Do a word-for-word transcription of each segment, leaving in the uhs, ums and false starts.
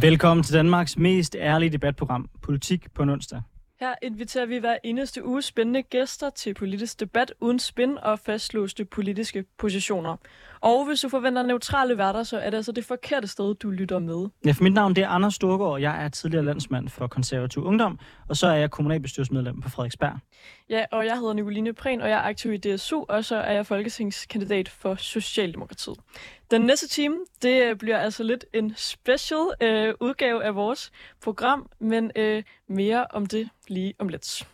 Velkommen til Danmarks mest ærlige debatprogram, Politik på en onsdag. Her inviterer vi hver eneste uge spændende gæster til politisk debat uden spin og fastlåste politiske positioner. Og hvis du forventer neutrale værter, så er det altså det forkerte sted, du lytter med. Ja, for mit navn det er Anders Storgård, og jeg er tidligere landsmand for Konservativ Ungdom, og så er jeg kommunalbestyrelsesmedlem på Frederiksberg. Ja, og jeg hedder Nicoline Prehn, og jeg er aktiv i D S U, og så er jeg folketingskandidat for Socialdemokratiet. Den næste time, det bliver altså lidt en special øh, udgave af vores program, men øh, mere om det lige om lidt.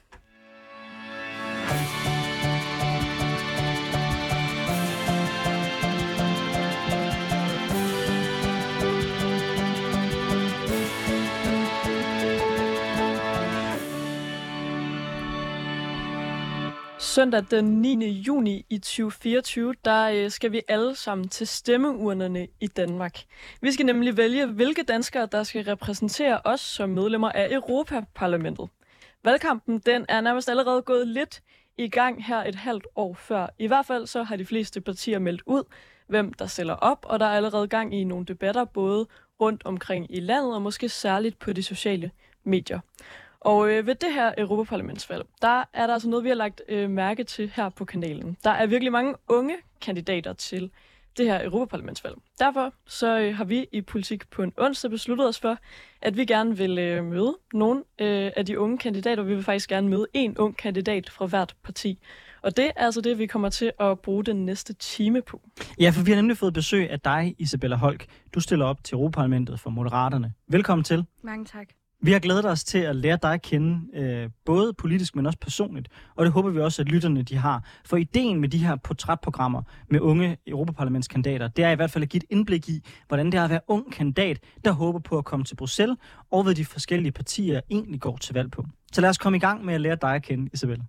Søndag den niende juni i tyve fireogtyve, der øh, skal vi alle sammen til stemmeurnerne i Danmark. Vi skal nemlig vælge, hvilke danskere, der skal repræsentere os som medlemmer af Europa-parlamentet. Valgkampen den er nærmest allerede gået lidt i gang her et halvt år før. I hvert fald så har de fleste partier meldt ud, hvem der stiller op, og der er allerede gang i nogle debatter, både rundt omkring i landet og måske særligt på de sociale medier. Og øh, ved det her Europaparlamentsvalg, der er der altså noget, vi har lagt øh, mærke til her på kanalen. Der er virkelig mange unge kandidater til det her Europaparlamentsvalg. Derfor så øh, har vi i Politik på en onsdag besluttet os for, at vi gerne vil øh, møde nogle øh, af de unge kandidater. Vi vil faktisk gerne møde en ung kandidat fra hvert parti. Og det er altså det, vi kommer til at bruge den næste time på. Ja, for vi har nemlig fået besøg af dig, Isabella Holk. Du stiller op til Europaparlamentet for Moderaterne. Velkommen til. Mange tak. Vi har glædet os til at lære dig at kende, øh, både politisk, men også personligt. Og det håber vi også, at lytterne de har. For ideen med de her portrætprogrammer med unge europaparlamentskandidater, det er i hvert fald at give et indblik i, hvordan det er at være ung kandidat, der håber på at komme til Bruxelles, og hvad de forskellige partier egentlig går til valg på. Så lad os komme i gang med at lære dig at kende, Isabella.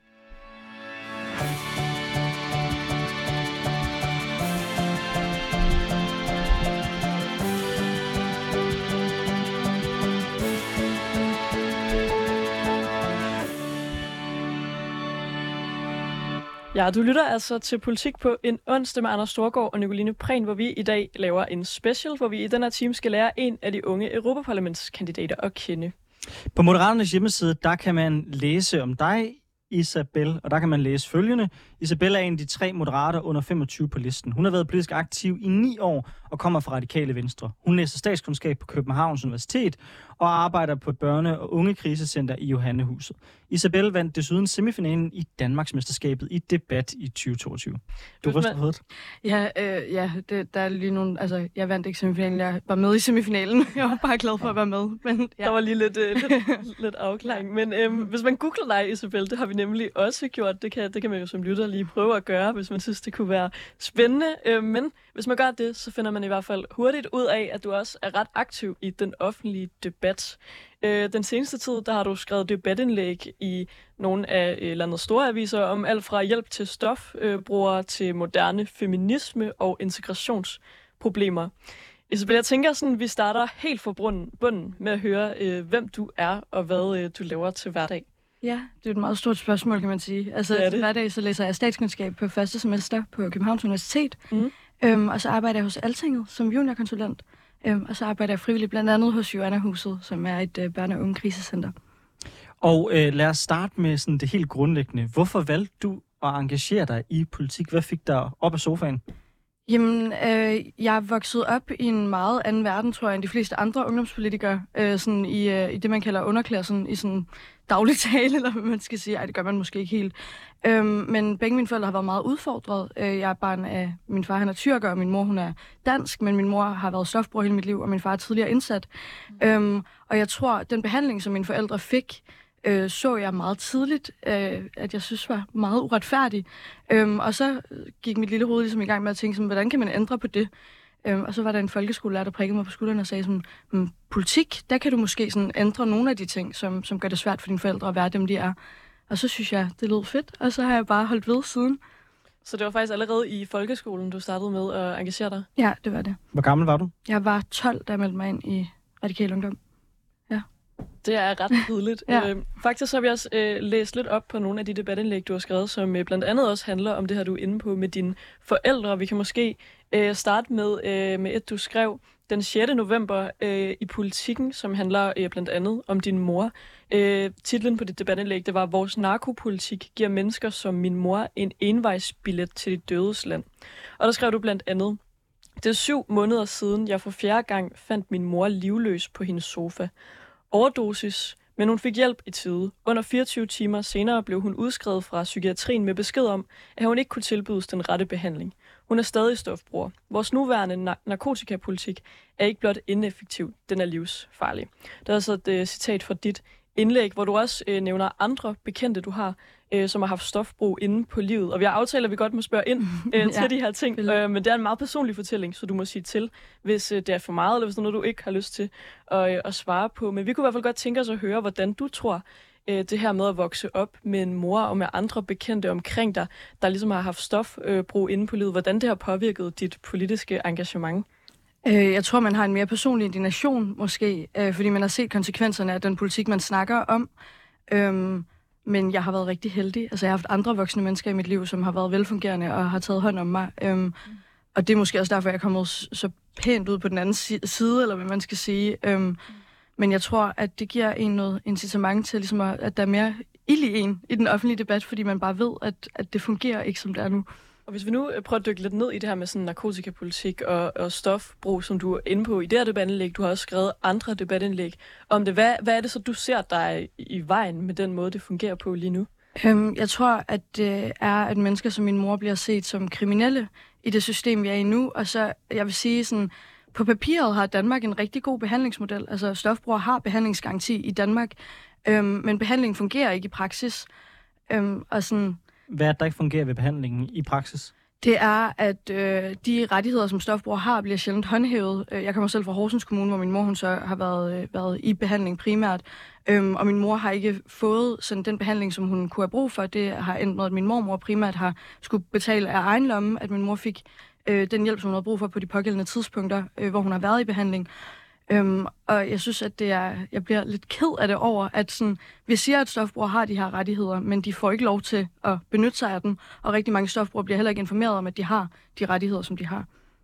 Ja, du lytter altså til Politik på en onsdag med Anders Storgård og Nicoline Prehn, hvor vi i dag laver en special, hvor vi i den her time skal lære en af de unge europaparlamentskandidater at kende. På Moderaternes hjemmeside, der kan man læse om dig, Isabel, og der kan man læse følgende. Isabel er en af de tre moderater under femogtyve på listen. Hun har været politisk aktiv i ni år og kommer fra Radikale Venstre. Hun læser statskundskab på Københavns Universitet og arbejder på et børne- og ungekrisecenter i Johannehuset. Isabel vandt desuden semifinalen i Danmarksmesterskabet i debat i tyve toogtyve. Du ryster på hovedet. Ja, øh, ja det, der er lige nogle... Altså, jeg vandt ikke semifinalen, jeg var med i semifinalen. Jeg var bare glad for at være med. Men, ja. Der var lige lidt, øh, lidt, lidt afklaring. Men øh, hvis man googler dig, Isabel, det har vi nemlig også gjort. Det kan, det kan man jo som lytter lige prøve at gøre, hvis man synes, det kunne være spændende. Øh, men hvis man gør det, så finder man i hvert fald hurtigt ud af, at du også er ret aktiv i den offentlige debat. Øh, den seneste tid, der har du skrevet debatindlæg i nogle af øh, landets store aviser om alt fra hjælp til stofbrugere øh, til moderne feminisme og integrationsproblemer. Isabel, jeg tænker sådan, vi starter helt fra bunden, bunden med at høre, øh, hvem du er og hvad øh, du laver til hverdag. Ja, det er et meget stort spørgsmål, kan man sige. Altså, til hverdag så læser jeg statskundskab på første semester på Københavns Universitet, mm. øhm, og så arbejder jeg hos Altinget som juniorkonsulent, øhm, og så arbejder jeg frivilligt blandt andet hos Johannehuset, som er et øh, børne- og ungekrisecenter. Og øh, lad os starte med sådan det helt grundlæggende. Hvorfor valgte du at engagere dig i politik? Hvad fik dig op af sofaen? Jamen, øh, jeg er vokset op i en meget anden verden, tror jeg, end de fleste andre ungdomspolitikere, øh, sådan i, øh, i det, man kalder underklassen, i sådan daglig tale, eller hvad man skal sige. Ej, det gør man måske ikke helt. Øhm, men begge mine forældre har været meget udfordret. Øh, jeg er barn af, min far han er tyrker, og min mor hun er dansk, men min mor har været stofbruger hele mit liv, og min far er tidligere indsat. Mm. Øhm, og jeg tror, den behandling, som mine forældre fik, Øh, så jeg meget tidligt, øh, at jeg synes var meget uretfærdig. Øhm, og så gik mit lille hoved ligesom i gang med at tænke, sådan, hvordan kan man ændre på det? Øhm, og så var der en folkeskolelærer, der prikkede mig på skulderen og sagde sådan, politik, der kan du måske sådan ændre nogle af de ting, som, som gør det svært for dine forældre at være dem, de er. Og så synes jeg, det lød fedt, og så har jeg bare holdt ved siden. Så det var faktisk allerede i folkeskolen, du startede med at engagere dig? Ja, det var det. Hvor gammel var du? Jeg var tolv, da jeg meldte mig ind i Radikale Ungdom. Det er ret tidligt. Ja. Øh, faktisk så har vi også øh, læst lidt op på nogle af de debatindlæg, du har skrevet, som øh, blandt andet også handler om det her, du er inde på med dine forældre. Vi kan måske øh, starte med, øh, med et, du skrev. den sjette november øh, i Politikken, som handler øh, blandt andet om din mor. Øh, titlen på dit debatindlæg, det var: Vores narkopolitik giver mennesker som min mor en envejsbillet til de dødes land. Og der skrev du blandt andet: Det er syv måneder siden, jeg for fjerde gang fandt min mor livløs på hendes sofa. Overdosis, men hun fik hjælp i tide. Under fireogtyve timer senere blev hun udskrevet fra psykiatrien med besked om, at hun ikke kunne tilbydes den rette behandling. Hun er stadig stofbruger. Vores nuværende nar- narkotikapolitik er ikke blot ineffektiv, den er livsfarlig. Det er altså et uh, citat fra dit indlæg, hvor du også øh, nævner andre bekendte, du har, øh, som har haft stofbrug inde på livet. Og vi har aftalt, at vi godt må spørge ind øh, til ja, de her ting, øh, men det er en meget personlig fortælling, så du må sige til, hvis øh, det er for meget, eller hvis det er noget, du ikke har lyst til at, øh, at svare på. Men vi kunne i hvert fald godt tænke os at høre, hvordan du tror, øh, det her med at vokse op med en mor og med andre bekendte omkring dig, der ligesom har haft stofbrug øh, inde på livet, hvordan det har påvirket dit politiske engagement. Jeg tror, man har en mere personlig indignation, måske, øh, fordi man har set konsekvenserne af den politik, man snakker om. Øhm, men jeg har været rigtig heldig. Altså, jeg har haft andre voksne mennesker i mit liv, som har været velfungerende og har taget hånd om mig. Øhm, mm. Og det er måske også derfor, jeg er kommet så pænt ud på den anden side, eller hvad man skal sige. Øhm, mm. Men jeg tror, at det giver en noget incitament til, ligesom at, at der er mere ild i en i den offentlige debat, fordi man bare ved, at, at det fungerer ikke, som det er nu. Og hvis vi nu prøver at dykke lidt ned i det her med sådan narkotikapolitik og, og stofbrug, som du er inde på i det her debatindlæg, du har også skrevet andre debatindlæg om det. Hvad, hvad er det så, du ser dig i vejen med den måde, det fungerer på lige nu? Øhm, jeg tror, at det er, at mennesker som min mor bliver set som kriminelle i det system, vi er i nu. Og så, jeg vil sige sådan, på papiret har Danmark en rigtig god behandlingsmodel. Altså, stofbrugere har behandlingsgaranti i Danmark, øhm, men behandlingen fungerer ikke i praksis. Øhm, og sådan... Hvad er det, der ikke fungerer ved behandlingen i praksis? Det er, at øh, de rettigheder, som stofbrugere har, bliver sjældent håndhævet. Jeg kommer selv fra Horsens Kommune, hvor min mor hun så har været, øh, været i behandling primært. Øhm, og min mor har ikke fået sådan den behandling, som hun kunne have brug for. Det har endt med, at min mormor primært har skulle betale af egen lomme, at min mor fik øh, den hjælp, som hun havde brug for på de pågældende tidspunkter, øh, hvor hun har været i behandling. Øhm, og jeg synes, at det er, jeg bliver lidt ked af det over, at sådan, vi siger, at stofbrugere har de her rettigheder, men de får ikke lov til at benytte sig af dem, og rigtig mange stofbrugere bliver heller ikke informeret om, at de har de rettigheder, som de har.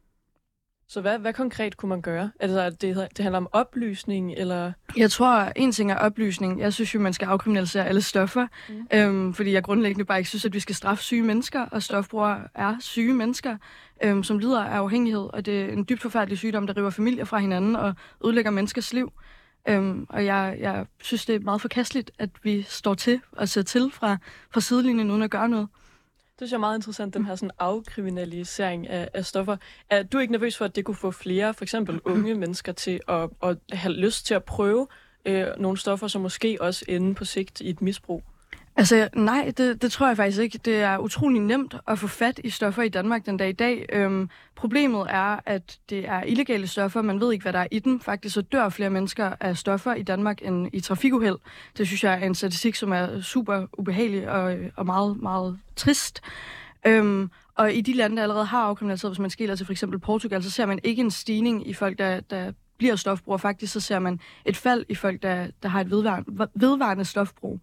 Så hvad, hvad konkret kunne man gøre? Altså, det, det handler om oplysning, eller? Jeg tror, en ting er oplysning. Jeg synes jo, man skal afkriminalisere alle stoffer, mm. øhm, fordi jeg grundlæggende bare ikke synes, at vi skal straffe syge mennesker, og stofbrugere er syge mennesker, øhm, som lider af afhængighed, og det er en dybt forfærdelig sygdom, der river familier fra hinanden og ødelægger menneskers liv. Øhm, og jeg, jeg synes, det er meget forkasteligt, at vi står til og ser til fra, fra sidelinjen uden at gøre noget. Det synes jeg er meget interessant, den her sådan afkriminalisering af, af stoffer. Er du ikke nervøs for, at det kunne få flere, for eksempel unge mennesker, til at, at have lyst til at prøve øh, nogle stoffer, som måske også ender på sigt i et misbrug? Altså nej, det, det tror jeg faktisk ikke. Det er utrolig nemt at få fat i stoffer i Danmark den dag i dag. Øhm, problemet er, at det er illegale stoffer. Man ved ikke, hvad der er i dem. Faktisk så dør flere mennesker af stoffer i Danmark end i trafikuheld. Det synes jeg er en statistik, som er super ubehagelig og, og meget, meget trist. Øhm, og i de lande, der allerede har afkriminaliseret, hvis man skiller til for eksempel Portugal, så ser man ikke en stigning i folk, der, der bliver stofbrugere. Faktisk så ser man et fald i folk, der, der har et vedvarende, vedvarende stofbrug.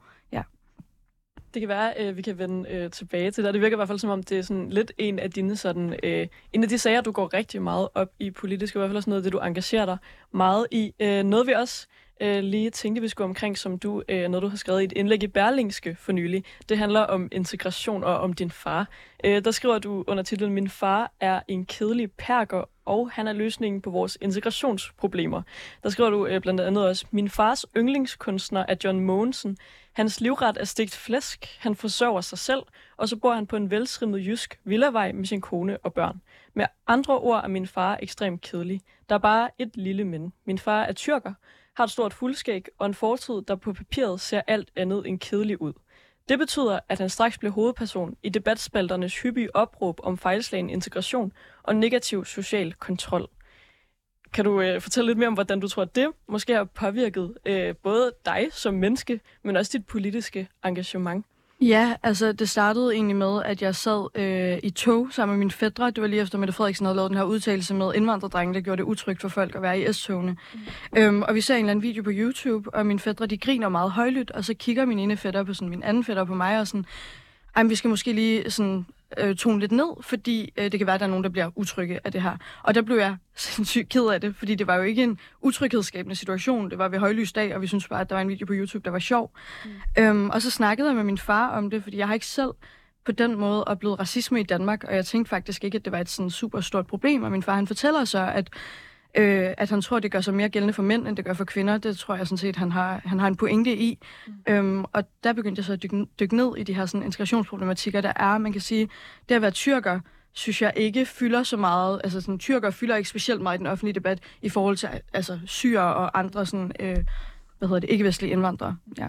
Det kan være, at øh, vi kan vende øh, tilbage til det. Det virker i hvert fald som om, det er sådan lidt en af dine sådan, øh, en af de sager, du går rigtig meget op i politisk, og i hvert fald også noget af det, du engagerer dig meget i. Øh, noget vi også øh, lige tænkte, vi skulle omkring, som du, øh, noget du har skrevet i et indlæg i Berlingske for nylig. Det handler om integration og om din far. Øh, der skriver du under titlen: Min far er en kedelig perker, og han er løsningen på vores integrationsproblemer. Der skriver du øh, blandt andet også: Min fars yndlingskunstner er John Mogensen. Hans livret er stegt flæsk, han forsørger sig selv, og så bor han på en veltrimmet jysk villavej med sin kone og børn. Med andre ord er min far ekstremt kedelig. Der er bare et lille men. Min far er tyrker, har et stort fuldskæg og en fortid, der på papiret ser alt andet end kedelig ud. Det betyder, at han straks bliver hovedperson i debatspalternes hyppige opråb om fejlslagen integration og negativ social kontrol. Kan du øh, fortælle lidt mere om, hvordan du tror, at det måske har påvirket øh, både dig som menneske, men også dit politiske engagement? Ja, altså det startede egentlig med, at jeg sad øh, i tog sammen med mine fætre. Det var lige efter, Mette Frederiksen havde lavet den her udtalelse med indvandrerdrenge, der gjorde det utrygt for folk at være i S-togene. Mm. Øhm, og vi ser en eller anden video på YouTube, og mine fætre, de griner meget højlydt, og så kigger min ene fætter på sådan, min anden fætter på mig, og sådan, ej, vi skal måske lige sådan øh, tone lidt ned, fordi øh, det kan være, at der er nogen, der bliver utrygge af det her. Og der blev jeg sindssygt ked af det, fordi det var jo ikke en utryghedsskabende situation. Det var ved højlys dag, og vi synes bare, at der var en video på YouTube, der var sjov. Mm. Øhm, og så snakkede jeg med min far om det, fordi jeg har ikke selv på den måde oplevet racisme i Danmark, og jeg tænkte faktisk ikke, at det var et sådan super stort problem. Og min far, han fortæller så, at Øh, at han tror, det gør sig mere gældende for mænd, end det gør for kvinder. Det tror jeg sådan set, han har, han har en pointe i. Mm. Øhm, og der begyndte jeg så at dykke, dykke ned i de her sådan, integrationsproblematikker, der er. Man kan sige, det at være tyrker, synes jeg ikke fylder så meget. Altså sådan, tyrker fylder ikke specielt meget i den offentlige debat i forhold til altså, syre og andre sådan, øh, hvad hedder det, ikke-vestlige indvandrere. Ja.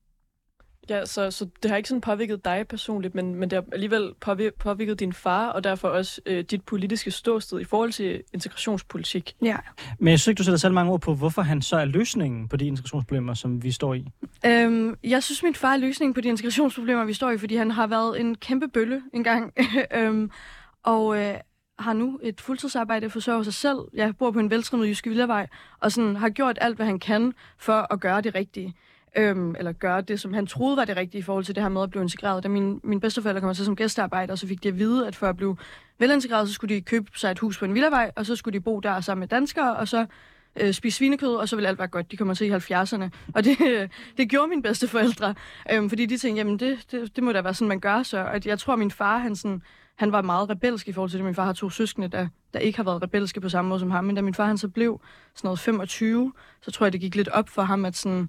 Ja, så, så det har ikke sådan påvirket dig personligt, men, men det har alligevel påvirket, påvirket din far, og derfor også øh, dit politiske ståsted i forhold til integrationspolitik. Ja. Men jeg synes ikke, du sætter selv mange ord på, hvorfor han så er løsningen på de integrationsproblemer, som vi står i. Øhm, jeg synes, min far er løsningen på de integrationsproblemer, vi står i, fordi han har været en kæmpe bølle engang, øhm, og øh, har nu et fuldtidsarbejde, forsørger sig selv. Jeg bor på en veltrimmet jyske villavej, og sådan, har gjort alt, hvad han kan for at gøre det rigtige. Øhm, eller gøre det, som han troede var det rigtige i forhold til det her med at blive integreret. Da mine, mine bedsteforældre kom til som gæstearbejder, så fik de at vide, at for at blive velintegreret, så skulle de købe sig et hus på en villavej, og så skulle de bo der sammen med danskere, og så øh, spise svinekød, og så ville alt være godt. De kommer til i halvfjerdserne. Og det, øh, det gjorde mine bedsteforældre, øh, fordi de tænkte, jamen det, det, det må da være sådan, man gør så. Og jeg tror, min far, han, sådan, han var meget rebelsk i forhold til det. Min far har to søskende, der, der ikke har været rebelske på samme måde som ham. Men da min far han så blev sådan noget femogtyve, så tror jeg, det gik lidt op for ham, at sådan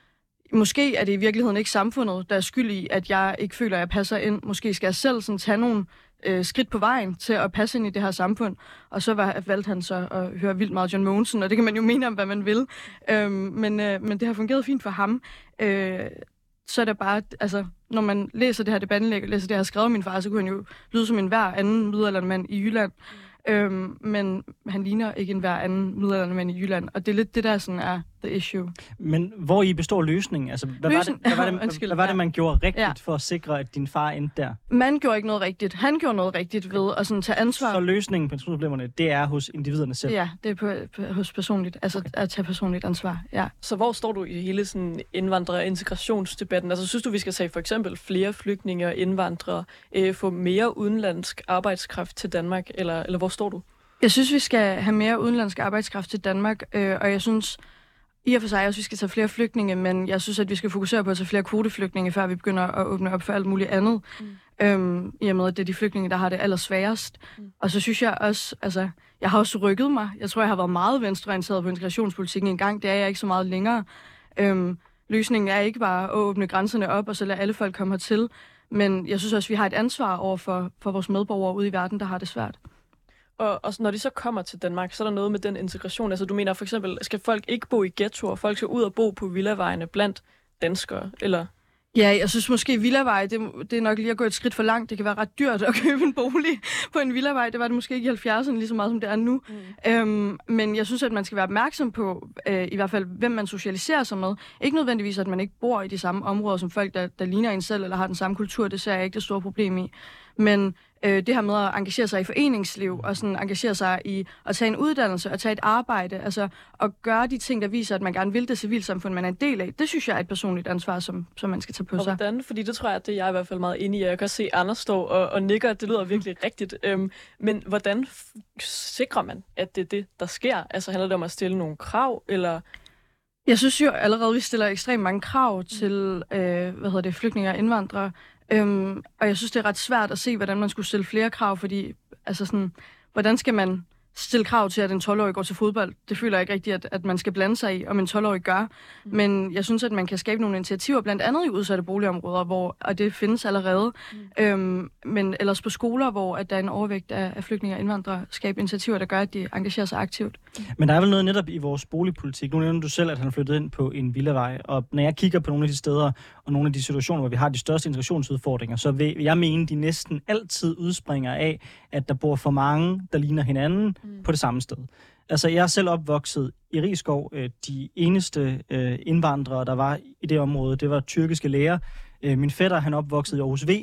måske er det i virkeligheden ikke samfundet, der er skyld i, at jeg ikke føler, at jeg passer ind. Måske skal jeg selv sådan, tage nogle øh, skridt på vejen til at passe ind i det her samfund. Og så var, valgte han så at høre vildt meget John Mogensen, og det kan man jo mene om, hvad man vil. Øhm, men, øh, men det har fungeret fint for ham. Øh, så er det bare, altså, når man læser det her debatindlæg, og læser det, jeg har skrevet af min far, så kunne han jo lyde som en hver anden midaldrende mand i Jylland. Øhm, men han ligner ikke en hver anden midaldrende mand i Jylland, og det er lidt det, der sådan er the issue. Men hvor I består løsningen? Altså, hvad, Løsning? var det, hvad, var det, Undskyld, hvad var det, man gjorde rigtigt ja. for at sikre, at din far endte der? Man gjorde ikke noget rigtigt. Han gjorde noget rigtigt ved at sådan tage ansvar. Så løsningen på integrationsproblemerne, det er hos individerne selv? Ja, det er på, på, hos personligt, altså okay. At tage personligt ansvar, ja. Så hvor står du i hele sådan indvandrer- og integrationsdebatten? Altså, synes du, vi skal sige for eksempel flere flygtninge og indvandrere, øh, få mere udenlandsk arbejdskraft til Danmark, eller, eller hvor står du? Jeg synes, vi skal have mere udenlandsk arbejdskraft til Danmark, øh, og jeg synes i og for sig også, vi skal tage flere flygtninge, men jeg synes, at vi skal fokusere på at tage flere kvoteflygtninge, før vi begynder at åbne op for alt muligt andet. Mm. Øhm, I og med, at det er de flygtninge, der har det allersværest. Mm. Og så synes jeg også, altså, jeg har også rykket mig. Jeg tror, jeg har været meget venstreorienteret på integrationspolitikken engang. Det er jeg ikke så meget længere. Øhm, løsningen er ikke bare at åbne grænserne op, og så lade alle folk komme hertil. Men jeg synes også, vi har et ansvar over for, for vores medborgere ude i verden, der har det svært. Og, og når de så kommer til Danmark, så er der noget med den integration. Altså du mener for eksempel, skal folk ikke bo i ghettoer? Folk skal ud og bo på villavejene blandt danskere, eller? Ja, jeg synes måske villavej, det, det er nok lige at gå et skridt for langt. Det kan være ret dyrt at købe en bolig på en villavej. Det var det måske ikke i halvfjerdserne lige så meget, som det er nu. Mm. Øhm, men jeg synes, at man skal være opmærksom på, øh, i hvert fald, hvem man socialiserer sig med. Ikke nødvendigvis, at man ikke bor i de samme områder som folk, der, der ligner en selv, eller har den samme kultur. Det ser jeg ikke det store problem i. Men øh, det her med at engagere sig i foreningsliv, og sådan engagere sig i at tage en uddannelse, og tage et arbejde, altså at gøre de ting, der viser, at man gerne vil det civilsamfund, man er en del af, det synes jeg er et personligt ansvar, som, som man skal tage på sig. Og hvordan? Fordi det tror jeg, at det er jeg i hvert fald meget inde i. Jeg kan også se Anders stå og, og nikker, det lyder virkelig rigtigt. Øhm, men hvordan f- sikrer man, at det er det, der sker? Altså handler det om at stille nogle krav, eller? Jeg synes jo allerede, vi stiller ekstremt mange krav til øh, hvad hedder det, flygtninge og indvandrere. Øhm, og jeg synes, det er ret svært at se, hvordan man skulle stille flere krav, fordi altså sådan, hvordan skal man stille krav til, at en tolv-årig går til fodbold? Det føler jeg ikke rigtigt, at, at man skal blande sig i, om en tolv-årig gør. Mm. Men jeg synes, at man kan skabe nogle initiativer, blandt andet i udsatte boligområder, hvor, og det findes allerede. Mm. Øhm, men ellers på skoler, hvor at der er en overvægt af, af flygtninge og indvandrere, skabe initiativer, der gør, at de engagerer sig aktivt. Men der er vel noget netop i vores boligpolitik. Nu nævner du selv, at han er flyttet ind på en villavej. Og når jeg kigger på nogle af de steder, og nogle af de situationer, hvor vi har de største integrationsudfordringer, så vil jeg mene, de næsten altid udspringer af, at der bor for mange, der ligner hinanden mm. på det samme sted. Altså, jeg er selv opvokset i Rigskov. De eneste indvandrere, der var i det område, det var tyrkiske læger. Min fætter, han opvoksede i Aarhus V.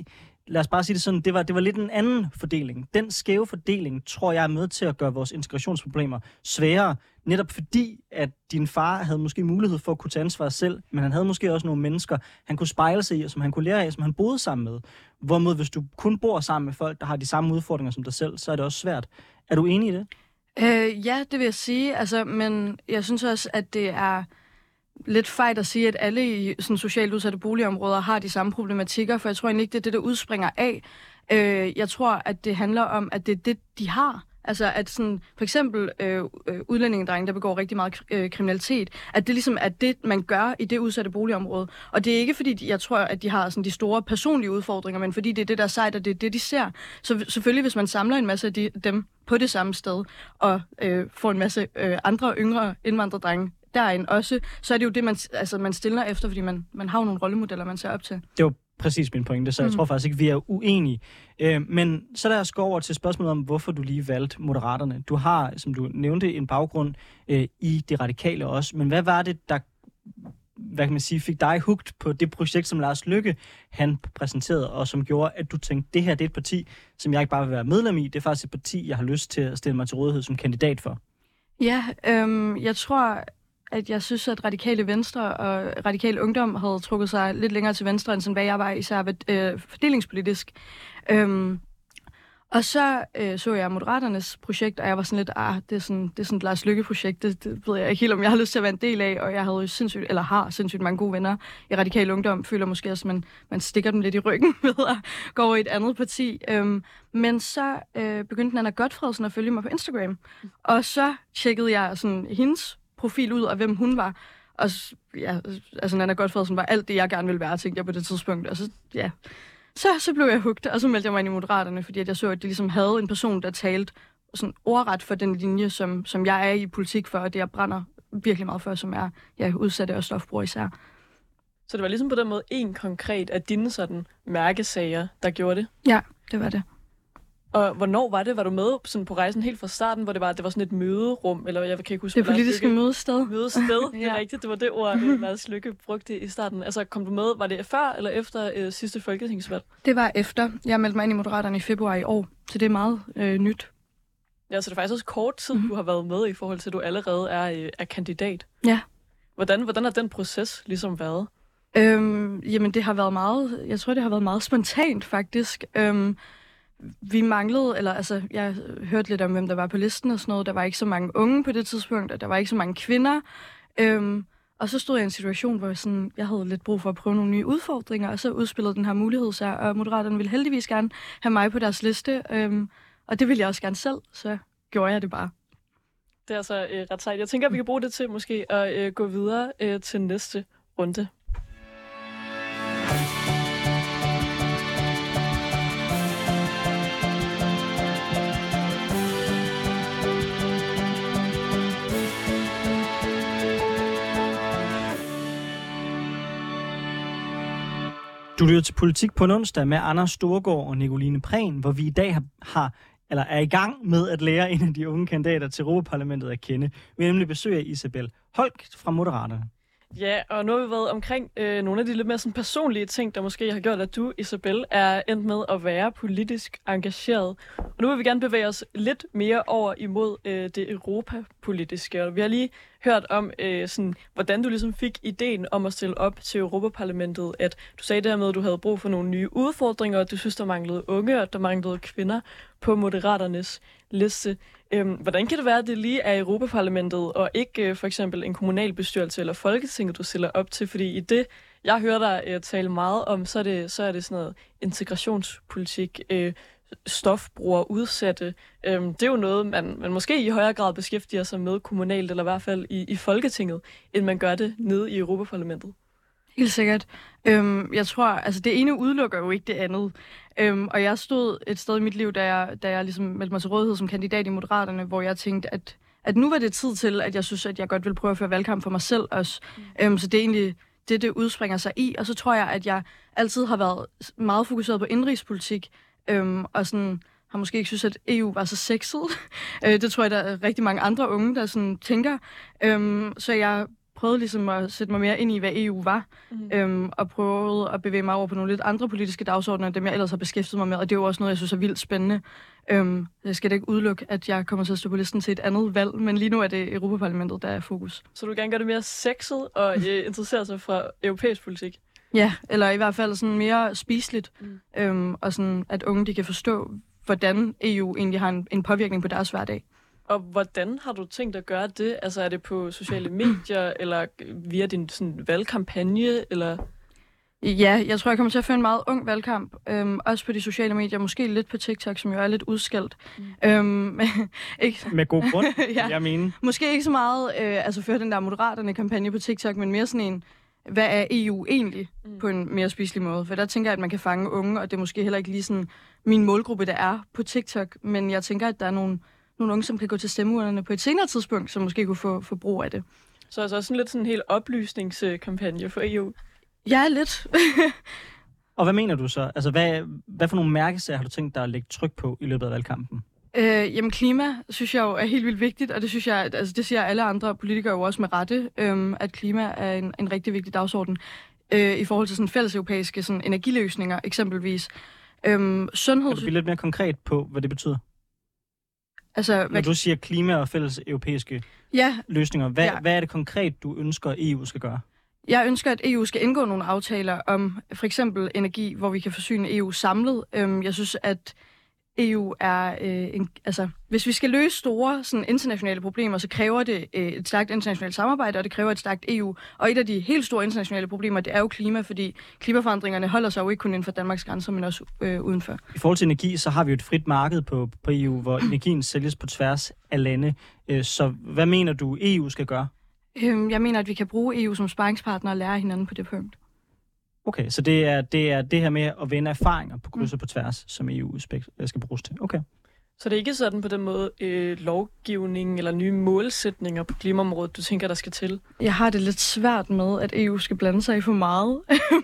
lad os bare sige det sådan, det var, det var lidt en anden fordeling. Den skæve fordeling, tror jeg, er med til at gøre vores integrationsproblemer sværere, netop fordi, at din far havde måske mulighed for at kunne tage ansvar selv, men han havde måske også nogle mennesker, han kunne spejle sig i, og som han kunne lære af, som han boede sammen med. Hvorimod, hvis du kun bor sammen med folk, der har de samme udfordringer som dig selv, så er det også svært. Er du enig i det? Øh, ja, det vil jeg sige, altså, men jeg synes også, at det er lidt fejt at sige, at alle i sådan socialt udsatte boligområder har de samme problematikker, for jeg tror egentlig ikke, det er det, der udspringer af. Øh, jeg tror, at det handler om, at det er det, de har. Altså, at sådan, for eksempel øh, udlændingedrenge, der begår rigtig meget øh, kriminalitet, at det ligesom er det, man gør i det udsatte boligområde. Og det er ikke, fordi de, jeg tror, at de har sådan de store personlige udfordringer, men fordi det er det, der er sejt, og det er det, de ser. Så selvfølgelig, hvis man samler en masse af de, dem på det samme sted, og øh, får en masse øh, andre yngre indvandrerdrenge derind også, så er det jo det, man, altså, man stiller efter, fordi man, man har jo nogle rollemodeller, man ser op til. Det var præcis min pointe, så jeg mm. tror faktisk ikke, vi er uenige. Øh, men så lad os gå over til spørgsmålet om, hvorfor du lige valgte Moderaterne. Du har, som du nævnte, en baggrund øh, i det radikale også, men hvad var det, der hvad kan man sige, fik dig hugt på det projekt, som Lars Løkke han præsenterede, og som gjorde, at du tænkte, det her det er et parti, som jeg ikke bare vil være medlem i, det er faktisk et parti, jeg har lyst til at stille mig til rådighed som kandidat for? Ja, øhm, jeg tror, at jeg synes, at Radikale Venstre og Radikale Ungdom havde trukket sig lidt længere til venstre, end sådan, hvad jeg var, især øh, fordelingspolitisk. Øhm, og så øh, så jeg Moderaternes projekt, og jeg var sådan lidt, ah, det er sådan, det er sådan et Lars Løkke-projekt, det, det ved jeg ikke helt, om jeg har lyst til at være en del af, og jeg havde jo sindssygt, eller har sindssygt mange gode venner i Radikale Ungdom, føler måske også, at man, man stikker dem lidt i ryggen ved at gå over i et andet parti. Øhm, men så øh, begyndte Nanna Gotfredsen at følge mig på Instagram, og så tjekkede jeg sådan hendes profil ud, og hvem hun var. Og ja, altså Nanna Gotfredsen var alt det, jeg gerne ville være, tænkte jeg på det tidspunkt. Og så, ja, så, så blev jeg hugt, og så meldte jeg mig ind i Moderaterne, fordi at jeg så, at de ligesom havde en person, der talte sådan ordret for den linje, som, som jeg er i politik for, og det jeg brænder virkelig meget for, som er ja, udsatte og stofbrugere især. Så det var ligesom på den måde en konkret af dine sådan mærkesager, der gjorde det? Ja, det var det. Og hvornår var det? Var du med sådan på rejsen helt fra starten, hvor det var, det var sådan et møderum, eller jeg kan ikke huske... Det politiske mødested. Mødested, ja. Det er rigtigt. Det var det ord, Lars Løkke brugte i starten. Altså, kom du med? Var det før eller efter øh, sidste folketingsvalg? Det var efter. Jeg meldte mig ind i Moderaterne i februar i år, så det er meget øh, nyt. Ja, så det er faktisk også kort tid, mm-hmm. du har været med i forhold til, at du allerede er, øh, er kandidat. Ja. Hvordan, hvordan har den proces ligesom været? Øhm, jamen, det har været meget... Jeg tror, det har været meget spontant, faktisk. Øhm, Vi manglede, eller altså, jeg hørte lidt om, hvem der var på listen og sådan noget. Der var ikke så mange unge på det tidspunkt, og der var ikke så mange kvinder. Øhm, og så stod jeg i en situation, hvor jeg, sådan, jeg havde lidt brug for at prøve nogle nye udfordringer, og så udspillede den her mulighed sig, og Moderaterne ville heldigvis gerne have mig på deres liste. Øhm, og det ville jeg også gerne selv, så gjorde jeg det bare. Det er altså øh, ret sejt. Jeg tænker, at vi kan bruge det til måske at øh, gå videre øh, til næste runde. Du lytter til Politik på en onsdag med Anders Storgård og Nicoline Prehn, hvor vi i dag har, har eller er i gang med at lære en af de unge kandidater til Europaparlamentet at kende. Vi har nemlig besøg af Isabel Holk fra Moderaterne. Ja, og nu har vi været omkring øh, nogle af de lidt mere sådan personlige ting, der måske har gjort, at du, Isabel, er endt med at være politisk engageret. Og nu vil vi gerne bevæge os lidt mere over imod øh, det europapolitiske. Og vi har lige hørt om, øh, sådan, hvordan du ligesom fik ideen om at stille op til Europaparlamentet. At du sagde det her med, at du havde brug for nogle nye udfordringer, og du synes, der manglede unge, og der manglede kvinder på Moderaternes liste. Øhm, hvordan kan det være, at det lige er Europaparlamentet, og ikke øh, for eksempel en kommunalbestyrelse eller Folketinget, du stiller op til? Fordi i det, jeg hører dig øh, tale meget om, så er det, så er det sådan noget integrationspolitik, øh, stofbrugere, udsatte. Øhm, det er jo noget, man, man måske i højere grad beskæftiger sig med kommunalt, eller i hvert fald i, i Folketinget, end man gør det nede i Europaparlamentet. Helt sikkert. Øhm, jeg tror, altså det ene udelukker jo ikke det andet. Øhm, og jeg stod et sted i mit liv, da jeg, da jeg ligesom meldte mig til rådighed som kandidat i Moderaterne, hvor jeg tænkte, at, at nu var det tid til, at jeg synes, at jeg godt ville prøve at føre valgkamp for mig selv også. Mm. Øhm, så det er egentlig det, det udspringer sig i. Og så tror jeg, at jeg altid har været meget fokuseret på indrigspolitik, øhm, og sådan har måske ikke synes, at E U var så sexet. øh, det tror jeg, der er rigtig mange andre unge, der sådan tænker. Øhm, så jeg prøvede ligesom at sætte mig mere ind i, hvad E U var, mm. øhm, og prøvede at bevæge mig over på nogle lidt andre politiske dagsordner, end dem jeg ellers har beskæftiget mig med, og det er jo også noget, jeg synes er vildt spændende. Øhm, jeg skal da ikke udelukke, at jeg kommer til at stå på listen til et andet valg, men lige nu er det Europaparlamentet, der er fokus. Så du vil gerne gøre det mere sexet og øh, interessere sig for europæisk politik? Ja, eller i hvert fald sådan mere spiseligt, mm. øhm, og sådan, at unge de kan forstå, hvordan E U egentlig har en, en påvirkning på deres hverdag. Og hvordan har du tænkt at gøre det? Altså er det på sociale medier, eller via din sådan, valgkampagne, eller... Ja, jeg tror, jeg kommer til at føre en meget ung valgkamp. Øhm, også på de sociale medier. Måske lidt på TikTok, som jo er lidt udskældt. Mm. Øhm, ikke... Med god grund, ja. jeg mener. Måske ikke så meget øh, altså føre den der Moderaterne-kampagne på TikTok, men mere sådan en, hvad er E U egentlig, mm. på en mere spiselig måde. For der tænker jeg, at man kan fange unge, og det er måske heller ikke lige sådan min målgruppe, der er på TikTok. Men jeg tænker, at der er nogle, nogle unge, som kan gå til stemmeurnerne på et senere tidspunkt, som måske kunne få, få brug af det. Så altså sådan lidt sådan en helt oplysningskampagne for E U? Ja, lidt. Og hvad mener du så? Altså, hvad, hvad for nogle mærkesager har du tænkt dig at lægge tryk på i løbet af valgkampen? Øh, jamen, klima synes jeg jo er helt vildt vigtigt, og det synes jeg, altså det siger alle andre politikere jo også med rette, øhm, at klima er en, en rigtig vigtig dagsorden øh, i forhold til sådan fælles europæiske sådan energiløsninger eksempelvis. Øhm, sundhed... Kan du blive lidt mere konkret på, hvad det betyder? Altså, Når hvad... du siger klima og fælles europæiske ja. løsninger, hvad, Ja. hvad er det konkret, du ønsker, E U skal gøre? Jeg ønsker, at E U skal indgå nogle aftaler om for eksempel energi, hvor vi kan forsyne E U samlet. Øhm, jeg synes, at E U er øh, en, altså, hvis vi skal løse store sådan, internationale problemer, så kræver det øh, et stærkt internationalt samarbejde, og det kræver et stærkt E U. Og et af de helt store internationale problemer, det er jo klima, fordi klimaforandringerne holder sig jo ikke kun inden for Danmarks grænser, men også øh, udenfor. I forhold til energi, så har vi jo et frit marked på, på E U, hvor energien sælges på tværs af lande. Øh, så hvad mener du, E U skal gøre? Øhm, jeg mener, at vi kan bruge E U som sparringspartner og lære hinanden på det punkt. Okay, så det er det, er det her med at vende erfaringer på kryds og på tværs, som E U skal bruges til. Okay. Så det er ikke sådan på den måde øh, lovgivning eller nye målsætninger på klimaområdet, du tænker, der skal til? Jeg har det lidt svært med, at E U skal blande sig i for meget.